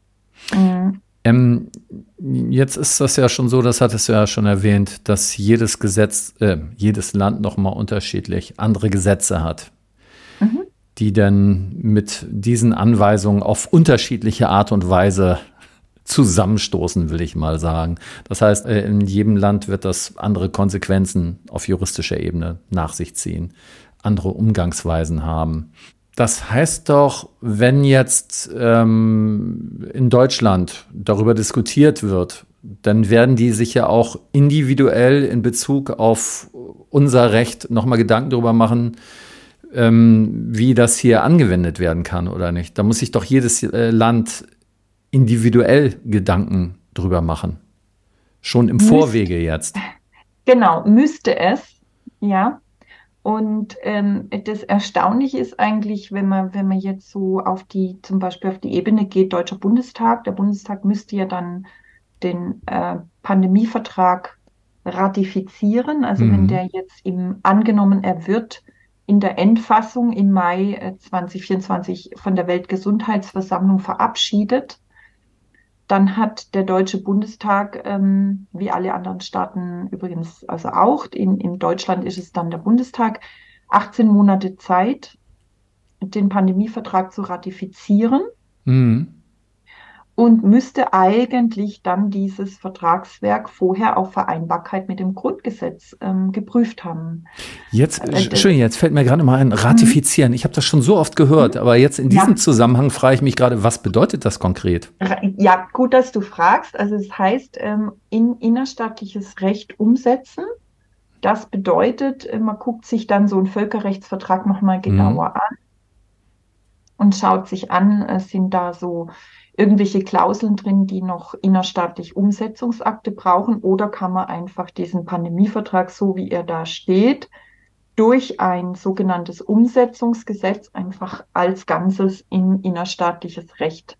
Mm, Ähm, jetzt ist das ja schon so, das hattest du ja schon erwähnt, dass jedes Gesetz, äh, jedes Land nochmal unterschiedlich andere Gesetze hat, mhm. die dann mit diesen Anweisungen auf unterschiedliche Art und Weise zusammenstoßen, will ich mal sagen. Das heißt, äh, in jedem Land wird das andere Konsequenzen auf juristischer Ebene nach sich ziehen, andere Umgangsweisen haben. Das heißt doch, wenn jetzt ähm, in Deutschland darüber diskutiert wird, dann werden die sich ja auch individuell in Bezug auf unser Recht nochmal Gedanken darüber machen, ähm, wie das hier angewendet werden kann oder nicht. Da muss sich doch jedes äh, Land individuell Gedanken drüber machen. Schon im Müsste, Vorwege jetzt. genau, müsste es, ja. Und ähm, das Erstaunliche ist eigentlich, wenn man, wenn man jetzt so auf die, zum Beispiel auf die Ebene geht, Deutscher Bundestag, der Bundestag müsste ja dann den äh, Pandemievertrag ratifizieren. Also wenn Mhm. der jetzt im, angenommen, er wird in der Endfassung im Mai äh, zwanzig vierundzwanzig von der Weltgesundheitsversammlung verabschiedet, dann hat der Deutsche Bundestag, ähm, wie alle anderen Staaten übrigens, also auch, in, in Deutschland ist es dann der Bundestag, achtzehn Monate Zeit, den Pandemievertrag zu ratifizieren. Mhm. Und müsste eigentlich dann dieses Vertragswerk vorher auf Vereinbarkeit mit dem Grundgesetz ähm, geprüft haben. Jetzt, Äh, das, schön, jetzt fällt mir gerade mal ein, ratifizieren. Ich habe das schon so oft gehört, aber jetzt in diesem ja. Zusammenhang frage ich mich gerade, was bedeutet das konkret? Ja, gut, dass du fragst. Also es heißt, ähm, in innerstaatliches Recht umsetzen. Das bedeutet, äh, man guckt sich dann so einen Völkerrechtsvertrag nochmal genauer Mhm. an und schaut sich an, äh, sind da so irgendwelche Klauseln drin, die noch innerstaatlich Umsetzungsakte brauchen, oder kann man einfach diesen Pandemievertrag, so wie er da steht, durch ein sogenanntes Umsetzungsgesetz einfach als Ganzes in innerstaatliches Recht,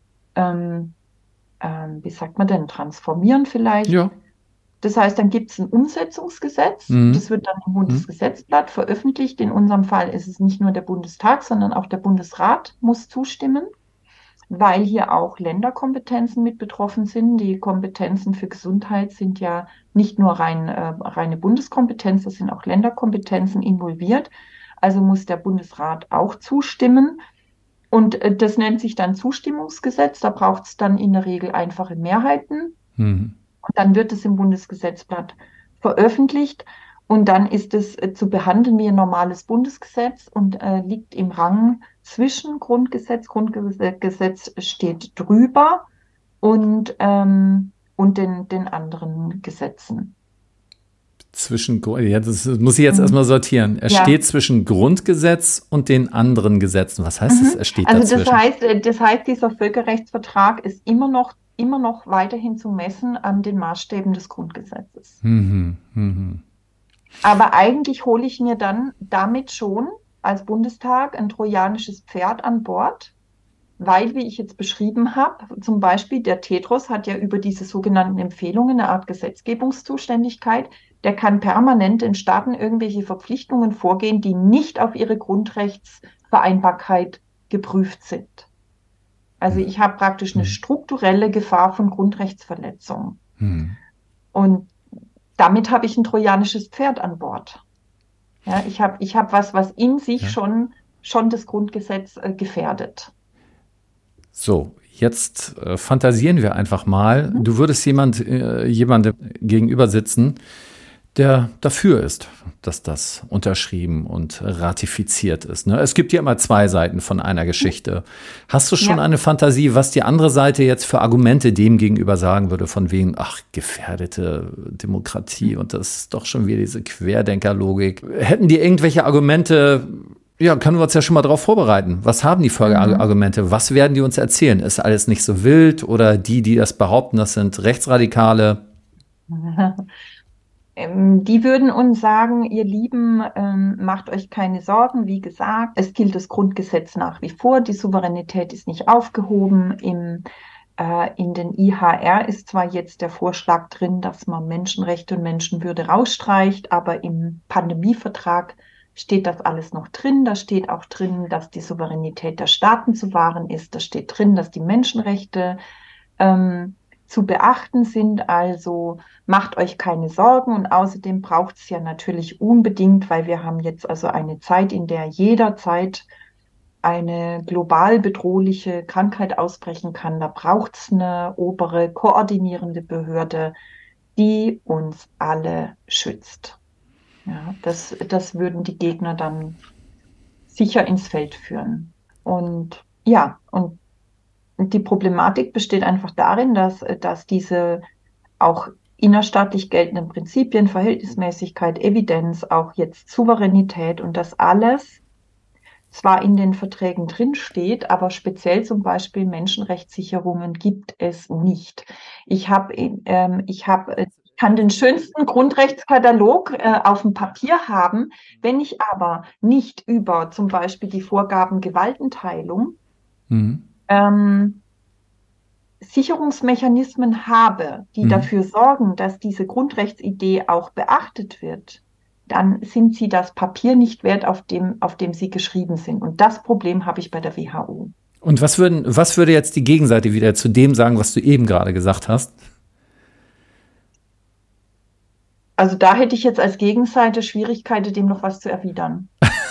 ähm, ähm, wie sagt man denn, transformieren vielleicht. Ja. Das heißt, dann gibt es ein Umsetzungsgesetz, Mhm. das wird dann im Mhm. Bundesgesetzblatt veröffentlicht. In unserem Fall ist es nicht nur der Bundestag, sondern auch der Bundesrat muss zustimmen, weil hier auch Länderkompetenzen mit betroffen sind. Die Kompetenzen für Gesundheit sind ja nicht nur rein, äh, reine Bundeskompetenz, es sind auch Länderkompetenzen involviert. Also muss der Bundesrat auch zustimmen. Und äh, das nennt sich dann Zustimmungsgesetz. Da braucht es dann in der Regel einfache Mehrheiten. Mhm. Und dann wird es im Bundesgesetzblatt veröffentlicht. Und dann ist es äh, zu behandeln wie ein normales Bundesgesetz und äh, liegt im Rang zwischen Grundgesetz. Grundgesetz steht drüber und, ähm, und den, den anderen Gesetzen. Zwischen, ja, das muss ich jetzt Mhm. erstmal sortieren. Er Ja. steht zwischen Grundgesetz und den anderen Gesetzen. Was heißt das? Mhm. Er steht Also das dazwischen. heißt, äh, das heißt, dieser Völkerrechtsvertrag ist immer noch, immer noch weiterhin zu messen an den Maßstäben des Grundgesetzes. Mhm. Mhm. Aber eigentlich hole ich mir dann damit schon als Bundestag ein trojanisches Pferd an Bord, weil, wie ich jetzt beschrieben habe, zum Beispiel der Tedros hat ja über diese sogenannten Empfehlungen eine Art Gesetzgebungszuständigkeit. Der kann permanent den Staaten irgendwelche Verpflichtungen vorgehen, die nicht auf ihre Grundrechtsvereinbarkeit geprüft sind. Also ich habe praktisch eine Mhm. strukturelle Gefahr von Grundrechtsverletzung. Mhm. Und damit habe ich ein trojanisches Pferd an Bord. Ja, ich habe ich hab was, was in sich Ja. schon, schon das Grundgesetz äh, gefährdet. So, jetzt äh, fantasieren wir einfach mal. Mhm. Du würdest jemand, äh, jemandem gegenüber sitzen, der dafür ist, dass das unterschrieben und ratifiziert ist. Ne? Es gibt ja immer zwei Seiten von einer Geschichte. Hast du schon Ja. eine Fantasie, was die andere Seite jetzt für Argumente dem gegenüber sagen würde, von wegen, ach, gefährdete Demokratie und das ist doch schon wieder diese Querdenkerlogik. Hätten die irgendwelche Argumente? Ja, können wir uns ja schon mal darauf vorbereiten. Was haben die für Mhm. Argumente? Was werden die uns erzählen? Ist alles nicht so wild? Oder die, die das behaupten, das sind Rechtsradikale? Ähm, Die würden uns sagen, ihr Lieben, ähm, macht euch keine Sorgen. Wie gesagt, es gilt das Grundgesetz nach wie vor. Die Souveränität ist nicht aufgehoben. Im, äh, in den I H R ist zwar jetzt der Vorschlag drin, dass man Menschenrechte und Menschenwürde rausstreicht, aber im Pandemievertrag steht das alles noch drin. Da steht auch drin, dass die Souveränität der Staaten zu wahren ist. Da steht drin, dass die Menschenrechte ähm, zu beachten sind. Also macht euch keine Sorgen. Und außerdem braucht es ja natürlich unbedingt, weil wir haben jetzt also eine Zeit, in der jederzeit eine global bedrohliche Krankheit ausbrechen kann. Da braucht es eine obere koordinierende Behörde, die uns alle schützt. Ja, das, das würden die Gegner dann sicher ins Feld führen. Und ja, und die Problematik besteht einfach darin, dass, dass diese auch innerstaatlich geltenden Prinzipien, Verhältnismäßigkeit, Evidenz, auch jetzt Souveränität und das alles zwar in den Verträgen drinsteht, aber speziell zum Beispiel Menschenrechtssicherungen gibt es nicht. Ich habe, ähm, ich habe, äh, kann den schönsten Grundrechtskatalog äh, auf dem Papier haben, wenn ich aber nicht über zum Beispiel die Vorgaben Gewaltenteilung Mhm. ähm, Sicherungsmechanismen habe, die Mhm. dafür sorgen, dass diese Grundrechtsidee auch beachtet wird, dann sind sie das Papier nicht wert, auf dem, auf dem sie geschrieben sind. Und das Problem habe ich bei der W H O. Und was, würden, was würde jetzt die Gegenseite wieder zu dem sagen, was du eben gerade gesagt hast? Also da hätte ich jetzt als Gegenseite Schwierigkeiten, dem noch was zu erwidern.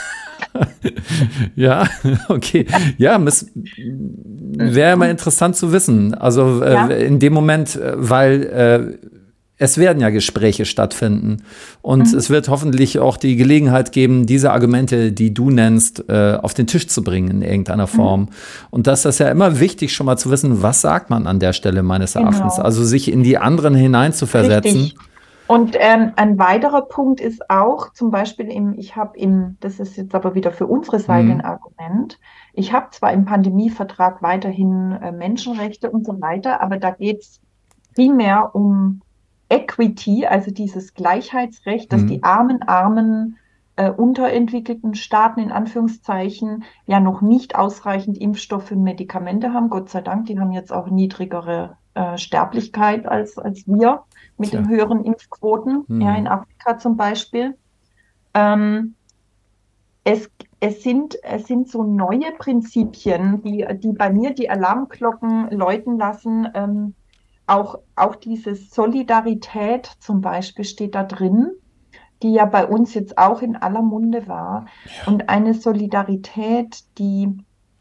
Ja, okay. Ja, es wäre immer interessant zu wissen. Also äh, Ja. in dem Moment, äh, weil äh, es werden ja Gespräche stattfinden und Mhm. es wird hoffentlich auch die Gelegenheit geben, diese Argumente, die du nennst, äh, auf den Tisch zu bringen in irgendeiner Form. Mhm. Und das ist ja immer wichtig, schon mal zu wissen, was sagt man an der Stelle meines Erachtens. Genau. Also sich in die anderen hineinzuversetzen. Richtig. Und ähm, ein weiterer Punkt ist auch zum Beispiel im, ich habe im, das ist jetzt aber wieder für unsere Seite ein Mhm. Argument, ich habe zwar im Pandemievertrag weiterhin äh, Menschenrechte und so weiter, aber da geht es primär um Equity, also dieses Gleichheitsrecht, dass die Mhm. armen, armen, äh, unterentwickelten Staaten in Anführungszeichen ja noch nicht ausreichend Impfstoffe und Medikamente haben. Gott sei Dank, die haben jetzt auch niedrigere äh, Sterblichkeit als, als wir mit Tja. den höheren Impfquoten, ja, in Mhm. Afrika zum Beispiel. Ähm, es, es sind, es sind so neue Prinzipien, die, die bei mir die Alarmglocken läuten lassen. Ähm, auch, auch diese Solidarität zum Beispiel steht da drin, die ja bei uns jetzt auch in aller Munde war. Und eine Solidarität, die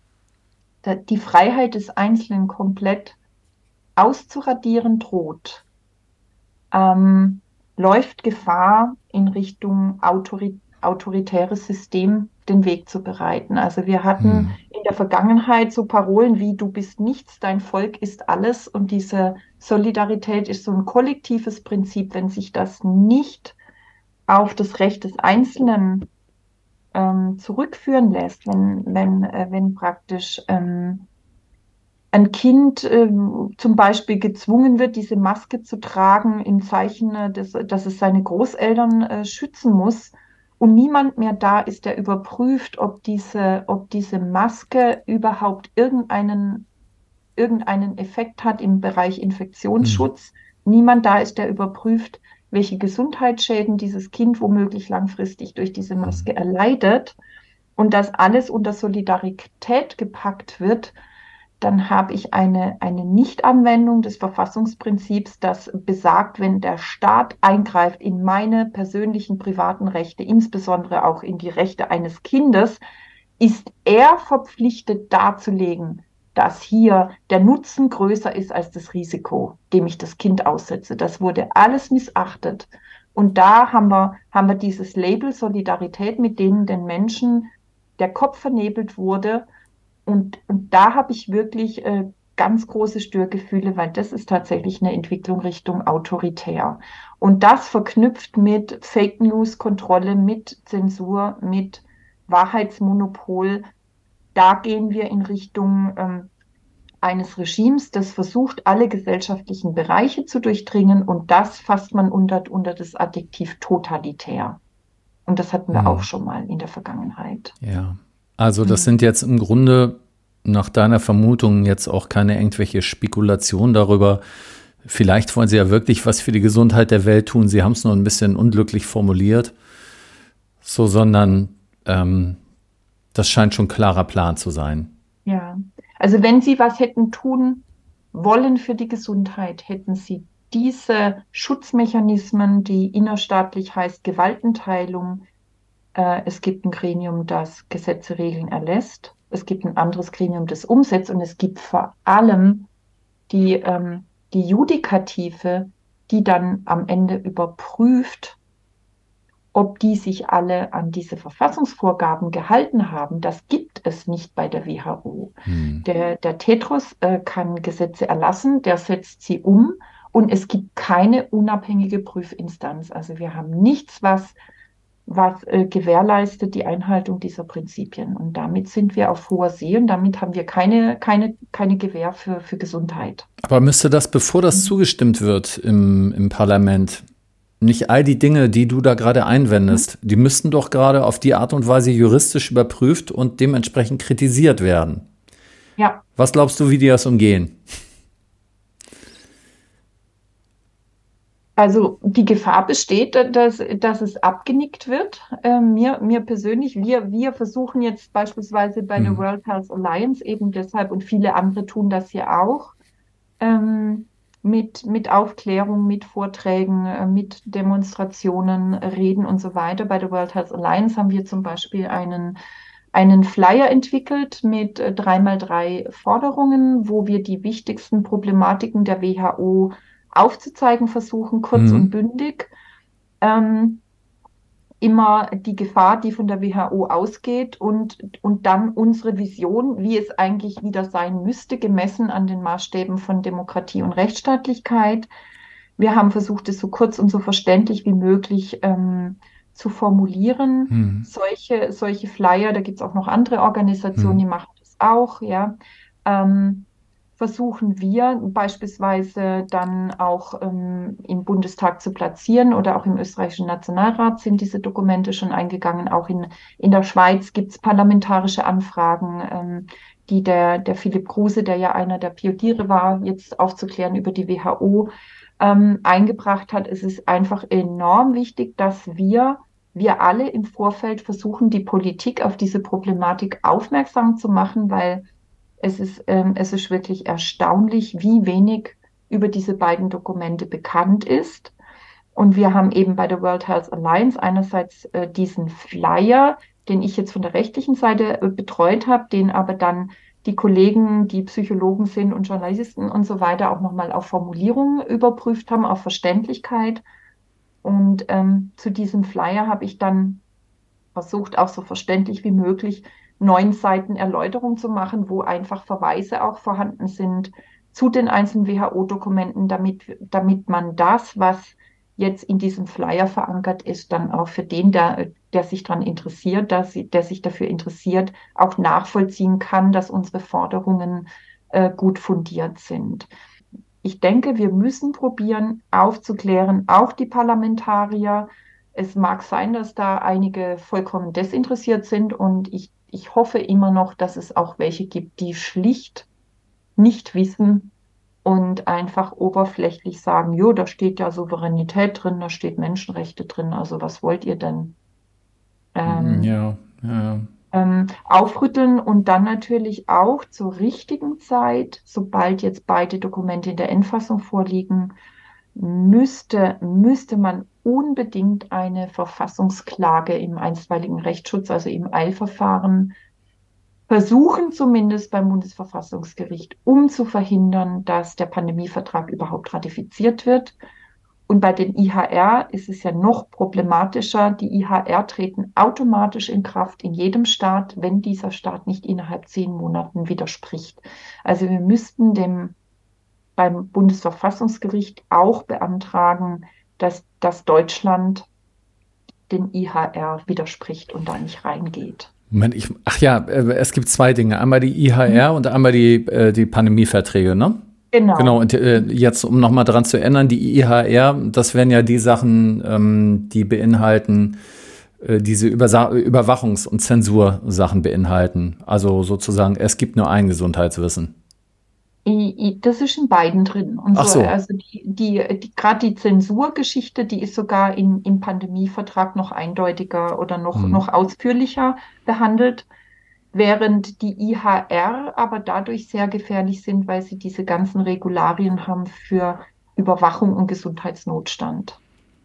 die Freiheit des Einzelnen komplett auszuradieren droht, ähm, läuft Gefahr, in Richtung autori autoritäres System den Weg zu bereiten. Also wir hatten Mhm. in der Vergangenheit so Parolen wie du bist nichts, dein Volk ist alles. Und diese Solidarität ist so ein kollektives Prinzip. Wenn sich das nicht auf das Recht des Einzelnen ähm, zurückführen lässt, wenn, wenn, äh, wenn praktisch ähm, ein Kind ähm, zum Beispiel gezwungen wird, diese Maske zu tragen im Zeichen, äh, des, dass es seine Großeltern äh, schützen muss und niemand mehr da ist, der überprüft, ob diese, ob diese Maske überhaupt irgendeinen, irgendeinen Effekt hat im Bereich Mhm. Infektionsschutz. Niemand da ist, der überprüft, welche Gesundheitsschäden dieses Kind womöglich langfristig durch diese Mhm. Maske erleidet und das alles unter Solidarität gepackt wird, dann habe ich eine, eine Nichtanwendung des Verfassungsprinzips, das besagt, wenn der Staat eingreift in meine persönlichen privaten Rechte, insbesondere auch in die Rechte eines Kindes, ist er verpflichtet darzulegen, dass hier der Nutzen größer ist als das Risiko, dem ich das Kind aussetze. Das wurde alles missachtet. Und da haben wir, haben wir dieses Label Solidarität, mit denen den Menschen der Kopf vernebelt wurde. Und, und da habe ich wirklich äh, ganz große Störgefühle, weil das ist tatsächlich eine Entwicklung Richtung autoritär. Und das verknüpft mit Fake News Kontrolle, mit Zensur, mit Wahrheitsmonopol. Da gehen wir in Richtung ähm, eines Regimes, das versucht, alle gesellschaftlichen Bereiche zu durchdringen. Und das fasst man unter, unter das Adjektiv totalitär. Und das hatten wir auch Mhm. schon mal in der Vergangenheit. Ja. Also das Hm. sind jetzt im Grunde nach deiner Vermutung jetzt auch keine irgendwelche Spekulationen darüber. Vielleicht wollen sie ja wirklich was für die Gesundheit der Welt tun. Sie haben es nur ein bisschen unglücklich formuliert. So, sondern ähm, das scheint schon ein klarer Plan zu sein. Ja, also wenn Sie was hätten tun wollen für die Gesundheit, hätten Sie diese Schutzmechanismen, die innerstaatlich heißt Gewaltenteilung, äh, es gibt ein Gremium, das Gesetze, Regeln erlässt, es gibt ein anderes Gremium, das umsetzt und es gibt vor allem die, ähm, die Judikative, die dann am Ende überprüft, ob die sich alle an diese Verfassungsvorgaben gehalten haben. Das gibt es nicht bei der W H O. Hm. Der, der Tedros äh, kann Gesetze erlassen, der setzt sie um und es gibt keine unabhängige Prüfinstanz. Also wir haben nichts, was, was äh, gewährleistet die Einhaltung dieser Prinzipien. Und damit sind wir auf hoher See und damit haben wir keine, keine, keine Gewähr für, für Gesundheit. Aber müsste das, bevor das zugestimmt wird im, im Parlament, nicht all die Dinge, die du da gerade einwendest, die müssten doch gerade auf die Art und Weise juristisch überprüft und dementsprechend kritisiert werden. Ja. Was glaubst du, wie die das umgehen? Also die Gefahr besteht, dass, dass es abgenickt wird. Ähm, mir, mir persönlich, wir, wir versuchen jetzt beispielsweise bei der Hm. World Health Alliance eben deshalb und viele andere tun das ja auch, ähm, mit, mit Aufklärung, mit Vorträgen, äh, mit Demonstrationen, Reden und so weiter. Bei der World Health Alliance haben wir zum Beispiel einen, einen Flyer entwickelt mit äh, drei mal drei Forderungen, wo wir die wichtigsten Problematiken der W H O aufzuzeigen versuchen, kurz und Mhm. bündig. Ähm, immer die Gefahr, die von der W H O ausgeht und, und dann unsere Vision, wie es eigentlich wieder sein müsste, gemessen an den Maßstäben von Demokratie und Rechtsstaatlichkeit. Wir haben versucht, es so kurz und so verständlich wie möglich ähm, zu formulieren. Mhm. Solche, solche Flyer, da gibt es auch noch andere Organisationen, die Mhm. machen das auch, ja. Ähm, versuchen wir beispielsweise dann auch ähm, im Bundestag zu platzieren oder auch im österreichischen Nationalrat sind diese Dokumente schon eingegangen. Auch in, in der Schweiz gibt es parlamentarische Anfragen, ähm, die der, der Philipp Kruse, der ja einer der Pioniere war, jetzt aufzuklären über die W H O, ähm, eingebracht hat. Es ist einfach enorm wichtig, dass wir wir alle im Vorfeld versuchen, die Politik auf diese Problematik aufmerksam zu machen, weil es ist, ähm, es ist wirklich erstaunlich, wie wenig über diese beiden Dokumente bekannt ist. Und wir haben eben bei der World Health Alliance einerseits äh, diesen Flyer, den ich jetzt von der rechtlichen Seite äh, betreut habe, den aber dann die Kollegen, die Psychologen sind und Journalisten und so weiter auch nochmal auf Formulierungen überprüft haben, auf Verständlichkeit. Und ähm, zu diesem Flyer habe ich dann versucht, auch so verständlich wie möglich neun Seiten Erläuterung zu machen, wo einfach Verweise auch vorhanden sind zu den einzelnen W H O-Dokumenten, damit, damit man das, was jetzt in diesem Flyer verankert ist, dann auch für den, der, der sich daran interessiert, dass, der sich dafür interessiert, auch nachvollziehen kann, dass unsere Forderungen äh, gut fundiert sind. Ich denke, wir müssen probieren, aufzuklären, auch die Parlamentarier. Es mag sein, dass da einige vollkommen desinteressiert sind und ich, ich hoffe immer noch, dass es auch welche gibt, die schlicht nicht wissen und einfach oberflächlich sagen, jo, da steht ja Souveränität drin, da steht Menschenrechte drin, also was wollt ihr denn? Ähm, Ja, ja. ähm, aufrütteln und dann natürlich auch zur richtigen Zeit, sobald jetzt beide Dokumente in der Endfassung vorliegen, müsste, müsste man unbedingt eine Verfassungsklage im einstweiligen Rechtsschutz, also im Eilverfahren, versuchen, zumindest beim Bundesverfassungsgericht, um zu verhindern, dass der Pandemievertrag überhaupt ratifiziert wird. Und bei den I H R ist es ja noch problematischer. Die I H R treten automatisch in Kraft in jedem Staat, wenn dieser Staat nicht innerhalb zehn Monaten widerspricht. Also wir müssten dem beim Bundesverfassungsgericht auch beantragen, dass, dass Deutschland den I H R widerspricht und da nicht reingeht. Moment, ich, ach ja, äh, es gibt zwei Dinge. Einmal die I H R Mhm. und einmal die, äh, die Pandemieverträge, ne? Genau, Genau. und äh, jetzt, um nochmal dran zu ändern, die I H R, das wären ja die Sachen, ähm, die beinhalten, äh, diese Übersa Überwachungs- und Zensursachen beinhalten. Also sozusagen, es gibt nur ein Gesundheitswissen. I- i- Das ist in beiden drin. Und Ach so, so. also die, die, die, gerade die Zensurgeschichte, die ist sogar in, im Pandemievertrag noch eindeutiger oder noch, Hm. noch ausführlicher behandelt, während die I H R aber dadurch sehr gefährlich sind, weil sie diese ganzen Regularien haben für Überwachung und Gesundheitsnotstand.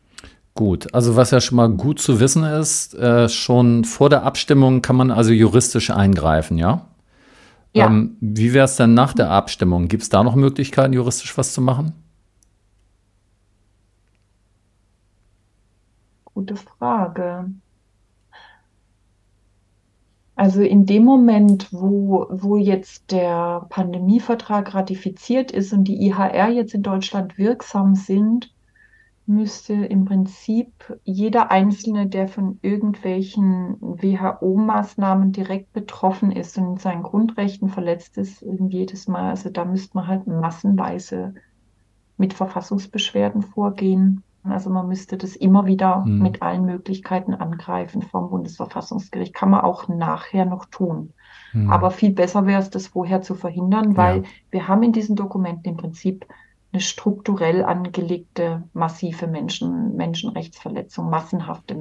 Gut, also was ja schon mal gut zu wissen ist, äh, schon vor der Abstimmung kann man also juristisch eingreifen, ja? Ja, Ähm, wie wäre es denn nach der Abstimmung? Gibt es da noch Möglichkeiten, juristisch was zu machen? gute Frage. Also in dem Moment, wo, wo jetzt der Pandemievertrag ratifiziert ist und die I H R jetzt in Deutschland wirksam sind, müsste im Prinzip jeder Einzelne, der von irgendwelchen W H O-Maßnahmen direkt betroffen ist und in seinen Grundrechten verletzt ist, jedes Mal, also da müsste man halt massenweise mit Verfassungsbeschwerden vorgehen. Also man müsste das immer wieder Hm. mit allen Möglichkeiten angreifen vom Bundesverfassungsgericht. Kann man auch nachher noch tun. Hm. Aber viel besser wäre es, das vorher zu verhindern, Ja. weil wir haben in diesen Dokumenten im Prinzip eine strukturell angelegte massive Menschen, Menschenrechtsverletzung, massenhafte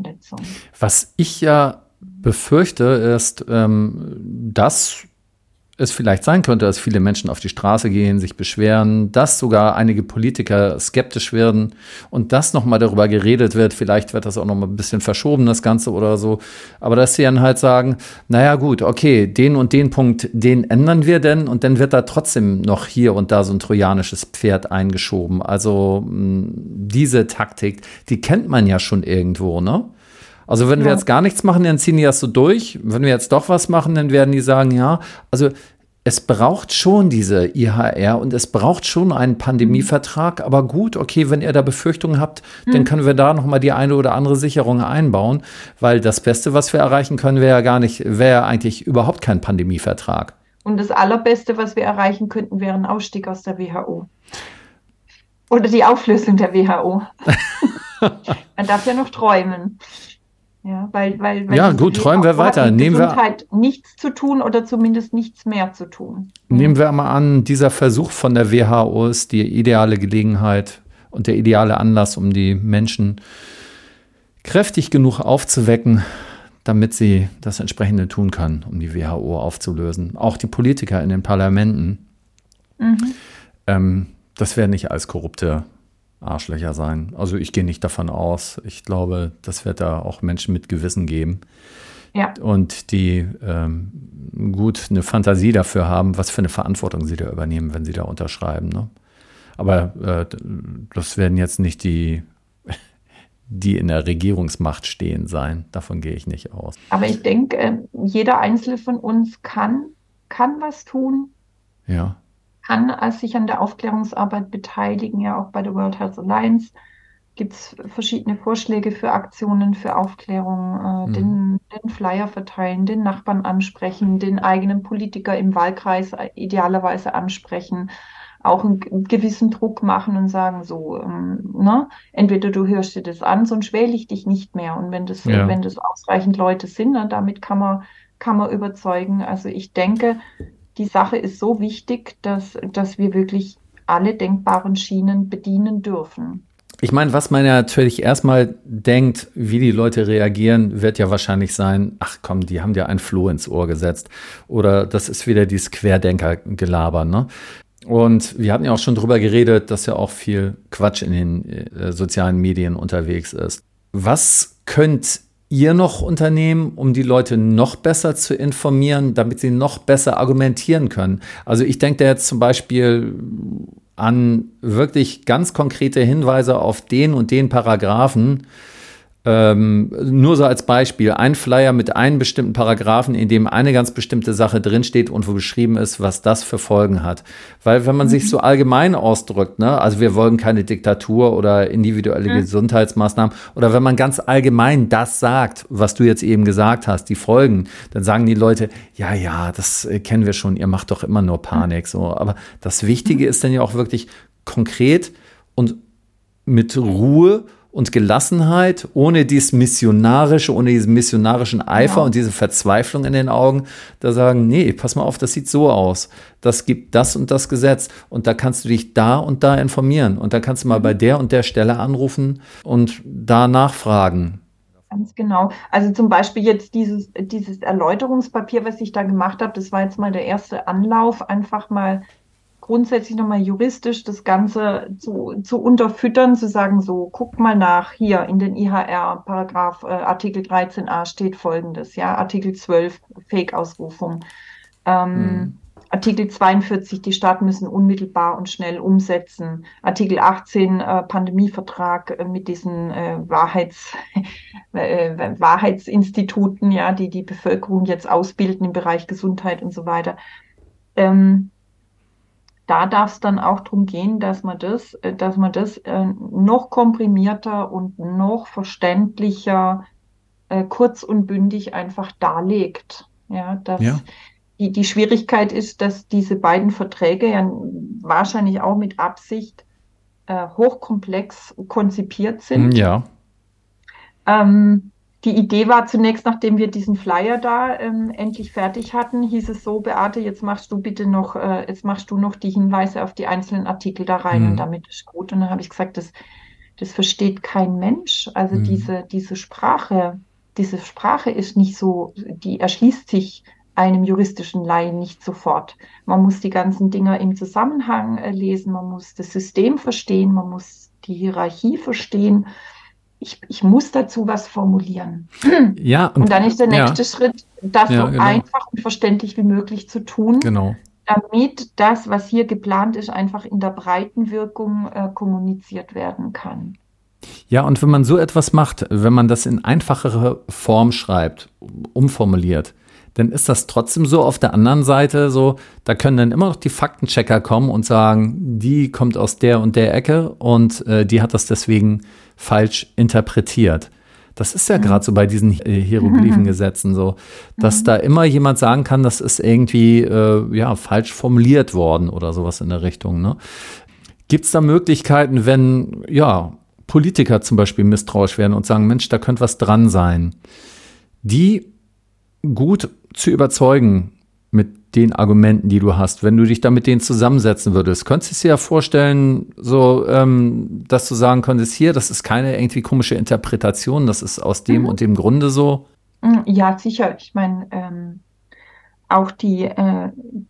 Menschenrechtsverletzung. Was ich ja befürchte, ist, ähm, dass es vielleicht sein könnte, dass viele Menschen auf die Straße gehen, sich beschweren, dass sogar einige Politiker skeptisch werden und dass nochmal darüber geredet wird. Vielleicht wird das auch nochmal ein bisschen verschoben, das Ganze oder so. Aber dass sie dann halt sagen, naja gut, okay, den und den Punkt, den ändern wir denn und dann wird da trotzdem noch hier und da so ein trojanisches Pferd eingeschoben. Also mh, diese Taktik, die kennt man ja schon irgendwo, ne? Also wenn ja. wir jetzt gar nichts machen, dann ziehen die das so durch. Wenn wir jetzt doch was machen, dann werden die sagen, ja, also es braucht schon diese I H R und es braucht schon einen Pandemievertrag. Aber gut, okay, wenn ihr da Befürchtungen habt, mhm. dann können wir da nochmal die eine oder andere Sicherung einbauen. Weil das Beste, was wir erreichen können, wäre ja gar nicht, wäre ja eigentlich überhaupt kein Pandemievertrag. Und das Allerbeste, was wir erreichen könnten, wäre ein Ausstieg aus der W H O. Oder die Auflösung der W H O. Man darf ja noch träumen. Ja, weil, weil, weil ja gut, träumen wir weiter. Nehmen wir halt nichts zu tun oder zumindest nichts mehr zu tun. Nehmen wir mal an, dieser Versuch von der W H O ist die ideale Gelegenheit und der ideale Anlass, um die Menschen kräftig genug aufzuwecken, damit sie das Entsprechende tun können, um die W H O aufzulösen. Auch die Politiker in den Parlamenten. Mhm. Ähm, das werden nicht als korrupte Arschlöcher sein. Also ich gehe nicht davon aus. Ich glaube, das wird da auch Menschen mit Gewissen geben. Ja. Und die ähm, gut eine Fantasie dafür haben, was für eine Verantwortung sie da übernehmen, wenn sie da unterschreiben. Ne? Aber äh, das werden jetzt nicht die, die in der Regierungsmacht stehen sein. Davon gehe ich nicht aus. Aber ich denke, jeder Einzelne von uns kann, kann was tun. Ja. Kann als sich an der Aufklärungsarbeit beteiligen, ja auch bei der World Health Alliance gibt es verschiedene Vorschläge für Aktionen, für Aufklärung, äh, mhm. den, den Flyer verteilen, den Nachbarn ansprechen, den eigenen Politiker im Wahlkreis idealerweise ansprechen, auch einen gewissen Druck machen und sagen so, ähm, ne, entweder du hörst dir das an, sonst wähle ich dich nicht mehr. Und wenn das, ja. wenn das ausreichend Leute sind, dann damit kann man, kann man überzeugen. Also ich denke, die Sache ist so wichtig, dass, dass wir wirklich alle denkbaren Schienen bedienen dürfen. Ich meine, was man ja natürlich erstmal denkt, wie die Leute reagieren, wird ja wahrscheinlich sein, ach komm, die haben dir ein Floh ins Ohr gesetzt. Oder das ist wieder dieses Querdenker-Gelaber, ne? Und wir hatten ja auch schon drüber geredet, dass ja auch viel Quatsch in den äh, sozialen Medien unterwegs ist. Was könnt ihr noch unternehmen, um die Leute noch besser zu informieren, damit sie noch besser argumentieren können? Also ich denke da jetzt zum Beispiel an wirklich ganz konkrete Hinweise auf den und den Paragraphen. Ähm, nur so als Beispiel, ein Flyer mit einem bestimmten Paragraphen, in dem eine ganz bestimmte Sache drinsteht und wo beschrieben ist, was das für Folgen hat. Weil wenn man mhm. sich so allgemein ausdrückt, ne, also wir wollen keine Diktatur oder individuelle mhm. Gesundheitsmaßnahmen, oder wenn man ganz allgemein das sagt, was du jetzt eben gesagt hast, die Folgen, dann sagen die Leute, ja, ja, das kennen wir schon, ihr macht doch immer nur Panik. So. Aber das Wichtige mhm. ist dann ja auch wirklich konkret und mit Ruhe und Gelassenheit, ohne dieses missionarische, ohne diesen missionarischen Eifer ja. und diese Verzweiflung in den Augen, da sagen, nee, pass mal auf, das sieht so aus. Das gibt das und das Gesetz und da kannst du dich da und da informieren und da kannst du mal bei der und der Stelle anrufen und da nachfragen. Ganz genau. Also zum Beispiel jetzt dieses, dieses Erläuterungspapier, was ich da gemacht habe, das war jetzt mal der erste Anlauf, einfach mal grundsätzlich nochmal juristisch das Ganze zu, zu unterfüttern, zu sagen, so, guck mal nach, hier in den I H R, Paragraph äh, Artikel dreizehn a steht Folgendes, ja, Artikel zwölf, Fake-Ausrufung, ähm, hm. Artikel zweiundvierzig, die Staaten müssen unmittelbar und schnell umsetzen, Artikel achtzehn, äh, Pandemievertrag äh, mit diesen äh, Wahrheits, äh, Wahrheitsinstituten, ja, die die Bevölkerung jetzt ausbilden im Bereich Gesundheit und so weiter. Ähm, Da darf es dann auch darum gehen, dass man das, dass man das äh, noch komprimierter und noch verständlicher, äh, kurz und bündig einfach darlegt. Ja, dass ja. Die, die Schwierigkeit ist, dass diese beiden Verträge ja wahrscheinlich auch mit Absicht äh, hochkomplex konzipiert sind. Ja. Ähm, Die Idee war zunächst, nachdem wir diesen Flyer da ähm, endlich fertig hatten, hieß es so, Beate, jetzt machst du bitte noch, äh, jetzt machst du noch die Hinweise auf die einzelnen Artikel da rein mhm. und damit ist gut. Und dann habe ich gesagt, das, das versteht kein Mensch. Also mhm. diese, diese Sprache, diese Sprache ist nicht so, die erschließt sich einem juristischen Laien nicht sofort. Man muss die ganzen Dinger im Zusammenhang äh, lesen, man muss das System verstehen, man muss die Hierarchie verstehen. Ich, ich muss dazu was formulieren. Ja, und, und dann ist der nächste ja, Schritt, das ja, so genau. einfach und verständlich wie möglich zu tun, Genau. damit das, was hier geplant ist, einfach in der breiten Wirkung äh, kommuniziert werden kann. Ja, und wenn man so etwas macht, wenn man das in einfachere Form schreibt, umformuliert, dann ist das trotzdem so auf der anderen Seite so, da können dann immer noch die Faktenchecker kommen und sagen, die kommt aus der und der Ecke und äh, die hat das deswegen falsch interpretiert. Das ist ja mhm. gerade so bei diesen äh, Hieroglyphengesetzen so, dass mhm. da immer jemand sagen kann, das ist irgendwie äh, ja, falsch formuliert worden oder sowas in der Richtung. Ne? Gibt es da Möglichkeiten, wenn ja Politiker zum Beispiel misstrauisch werden und sagen, Mensch, da könnte was dran sein, die gut zu überzeugen mit den Argumenten, die du hast, wenn du dich da mit denen zusammensetzen würdest. Könntest du dir ja vorstellen, so, ähm, dass du sagen könntest, hier, das ist keine irgendwie komische Interpretation, das ist aus dem mhm. und dem Grunde so? Ja, sicher. Ich meine, ähm, auch die, äh,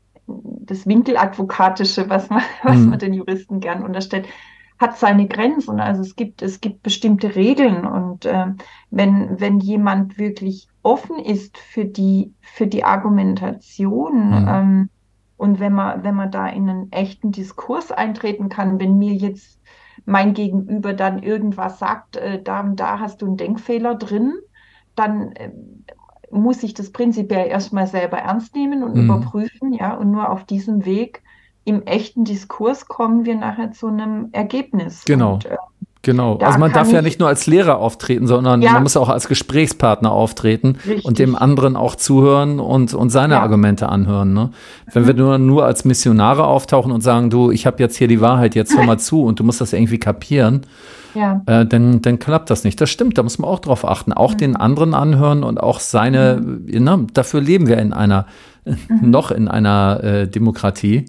das Winkeladvokatische, was man, was mhm. man den Juristen gern unterstellt, hat seine Grenzen. Also es gibt, es gibt bestimmte Regeln und äh, wenn, wenn jemand wirklich offen ist für die, für die Argumentation mhm. ähm, und wenn man, wenn man da in einen echten Diskurs eintreten kann, wenn mir jetzt mein Gegenüber dann irgendwas sagt, äh, da, da hast du einen Denkfehler drin, dann äh, muss ich das prinzipiell erstmal selber ernst nehmen und mhm. überprüfen, ja, und nur auf diesem Weg im echten Diskurs kommen wir nachher zu einem Ergebnis. Genau. Und, äh, Genau. Also man darf ja nicht nur als Lehrer auftreten, sondern ja. man muss auch als Gesprächspartner auftreten Richtig. Und dem anderen auch zuhören und, und seine ja. Argumente anhören. Ne? Wenn mhm. wir nur, nur als Missionare auftauchen und sagen, du, ich habe jetzt hier die Wahrheit, jetzt hör mal zu und du musst das irgendwie kapieren, ja. äh, dann, dann klappt das nicht. Das stimmt, da muss man auch drauf achten. Auch mhm. den anderen anhören und auch seine, mhm. ne, dafür leben wir in einer, mhm. noch in einer äh, Demokratie.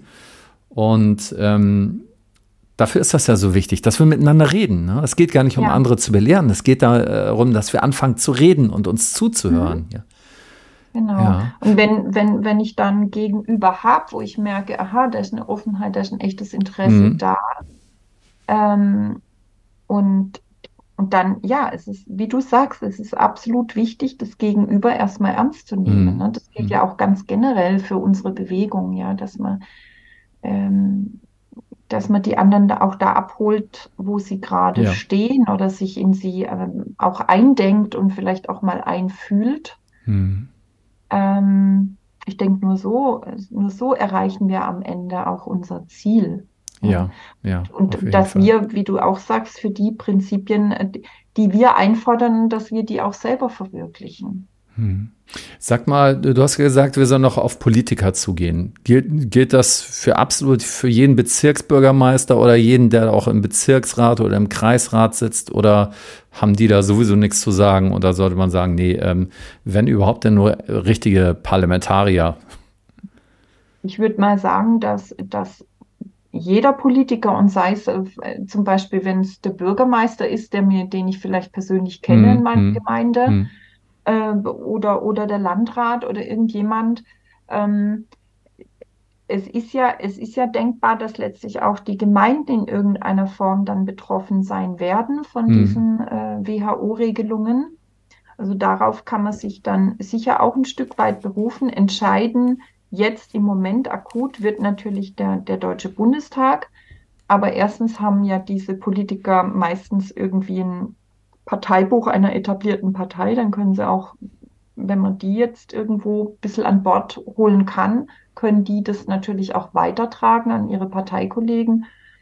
Und ähm, dafür ist das ja so wichtig, dass wir miteinander reden. Ne? Es geht gar nicht um ja. andere zu belehren. Es geht darum, dass wir anfangen zu reden und uns zuzuhören. Mhm. Ja. Genau. Ja. Und wenn, wenn, wenn ich dann Gegenüber habe, wo ich merke, aha, da ist eine Offenheit, da ist ein echtes Interesse mhm. da. Ähm, und, und dann, ja, es ist, wie du sagst, es ist absolut wichtig, das Gegenüber erstmal ernst zu nehmen. Mhm. Ne? Das gilt mhm. ja auch ganz generell für unsere Bewegung, ja, dass man ähm, dass man die anderen da auch da abholt, wo sie gerade ja. stehen oder sich in sie ähm, auch eindenkt und vielleicht auch mal einfühlt. Hm. Ähm, ich denke, nur so, nur so erreichen wir am Ende auch unser Ziel. Ja, ja. Und dass Fall. wir, wie du auch sagst, für die Prinzipien, die wir einfordern, dass wir die auch selber verwirklichen. Hm. Sag mal, du hast gesagt, wir sollen noch auf Politiker zugehen. Gilt, gilt das für absolut für jeden Bezirksbürgermeister oder jeden, der auch im Bezirksrat oder im Kreisrat sitzt, oder haben die da sowieso nichts zu sagen? Oder sollte man sagen, nee, ähm, wenn überhaupt, denn nur richtige Parlamentarier? Ich würde mal sagen, dass, dass jeder Politiker, und sei es äh, zum Beispiel, wenn es der Bürgermeister ist, der mir, den ich vielleicht persönlich kenne hm, in meiner hm, Gemeinde, hm. Oder, oder der Landrat oder irgendjemand. Ähm, es ist ja, es ist ja denkbar, dass letztlich auch die Gemeinden in irgendeiner Form dann betroffen sein werden von hm. diesen äh, W H O-Regelungen. Also darauf kann man sich dann sicher auch ein Stück weit berufen. Entscheiden jetzt im Moment akut wird natürlich der, der Deutsche Bundestag. Aber erstens haben ja diese Politiker meistens irgendwie ein Parteibuch einer etablierten Partei, dann können sie auch, wenn man die jetzt irgendwo ein bisschen an Bord holen kann, können die das natürlich auch weitertragen an ihre Parteikollegen.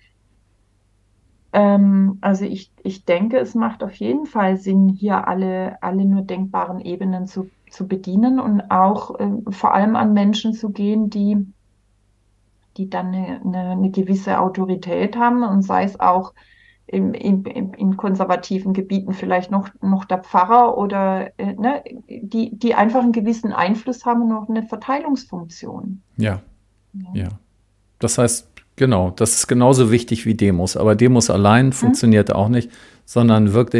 Ähm, also ich, ich denke, es macht auf jeden Fall Sinn, hier alle, alle nur denkbaren Ebenen zu, zu bedienen und auch äh, vor allem an Menschen zu gehen, die, die dann eine, eine, eine gewisse Autorität haben und sei es auch In, in, in konservativen Gebieten vielleicht noch, noch der Pfarrer oder äh, ne, die, die einfach einen gewissen Einfluss haben und noch eine Verteilungsfunktion. Ja, ja. ja. Das heißt, genau, das ist genauso wichtig wie Demos. Aber Demos allein funktioniert hm. auch nicht, sondern wirklich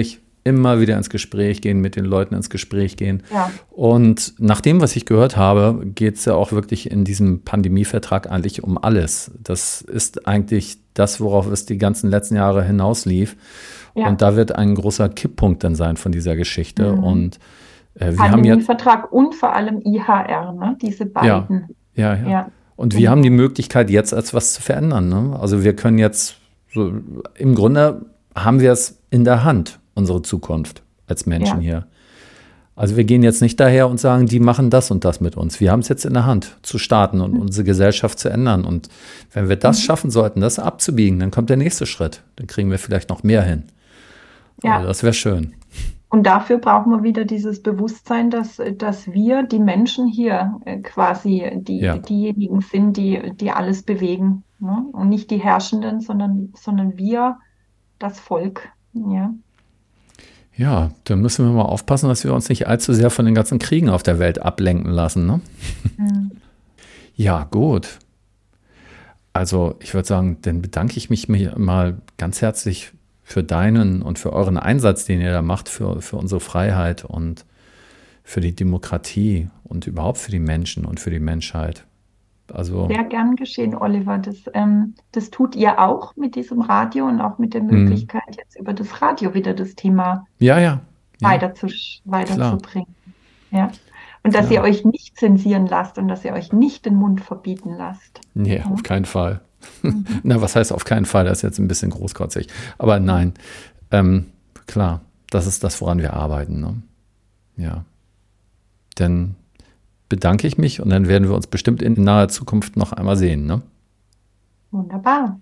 immer wieder ins Gespräch gehen, mit den Leuten ins Gespräch gehen. Ja. Und nach dem, was ich gehört habe, geht es ja auch wirklich in diesem Pandemievertrag eigentlich um alles. Das ist eigentlich das, worauf es die ganzen letzten Jahre hinauslief. Ja. Und da wird ein großer Kipppunkt dann sein von dieser Geschichte. Mhm. Und äh, wir haben jetzt Vertrag und vor allem I H R, ne? Diese beiden. Ja, ja, ja. ja. Und wir mhm. haben die Möglichkeit, jetzt etwas zu verändern. Ne? Also wir können jetzt, so, im Grunde haben wir es in der Hand, unsere Zukunft als Menschen ja. hier. Also wir gehen jetzt nicht daher und sagen, die machen das und das mit uns. Wir haben es jetzt in der Hand, zu starten und mhm. unsere Gesellschaft zu ändern. Und wenn wir das mhm. schaffen sollten, das abzubiegen, dann kommt der nächste Schritt. Dann kriegen wir vielleicht noch mehr hin. Ja. Also das wäre schön. Und dafür brauchen wir wieder dieses Bewusstsein, dass, dass wir, die Menschen hier quasi die, ja. diejenigen sind, die, die alles bewegen. Ne? Und nicht die Herrschenden, sondern, sondern wir, das Volk. Ja. Ja, dann müssen wir mal aufpassen, dass wir uns nicht allzu sehr von den ganzen Kriegen auf der Welt ablenken lassen. Ne? Mhm. Ja, gut. Also ich würde sagen, dann bedanke ich mich mal ganz herzlich für deinen und für euren Einsatz, den ihr da macht, für, für unsere Freiheit und für die Demokratie und überhaupt für die Menschen und für die Menschheit. Also sehr gern geschehen, Oliver. Das, ähm, das tut ihr auch mit diesem Radio und auch mit der Möglichkeit, mh. jetzt über das Radio wieder das Thema ja, ja, ja. weiter zu, weiterzubringen. Ja. Und dass Klar. ihr euch nicht zensieren lasst und dass ihr euch nicht den Mund verbieten lasst. Nee, ja. auf keinen Fall. Mhm. Na, was heißt auf keinen Fall? Das ist jetzt ein bisschen großkotzig. Aber nein, ähm, klar, das ist das, woran wir arbeiten. Ne? Ja. Denn bedanke ich mich und dann werden wir uns bestimmt in naher Zukunft noch einmal sehen. Ne? Wunderbar.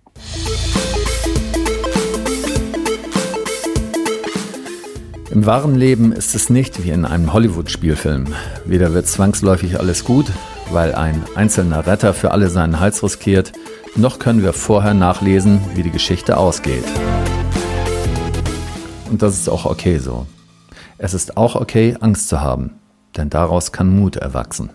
Im wahren Leben ist es nicht wie in einem Hollywood-Spielfilm. Weder wird zwangsläufig alles gut, weil ein einzelner Retter für alle seinen Hals riskiert, noch können wir vorher nachlesen, wie die Geschichte ausgeht. Und das ist auch okay so. Es ist auch okay, Angst zu haben. Denn daraus kann Mut erwachsen.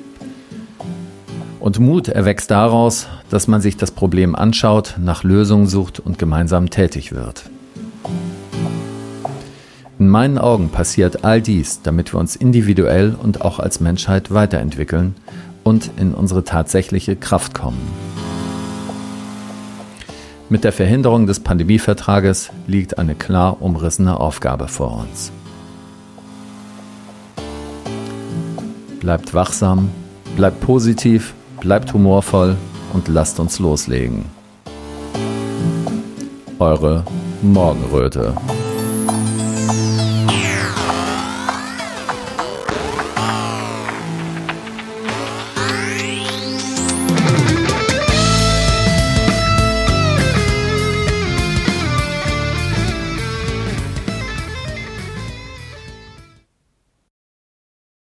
Und Mut erwächst daraus, dass man sich das Problem anschaut, nach Lösungen sucht und gemeinsam tätig wird. In meinen Augen passiert all dies, damit wir uns individuell und auch als Menschheit weiterentwickeln und in unsere tatsächliche Kraft kommen. Mit der Verhinderung des Pandemievertrages liegt eine klar umrissene Aufgabe vor uns. Bleibt wachsam, bleibt positiv, bleibt humorvoll und lasst uns loslegen. Eure Morgenröte.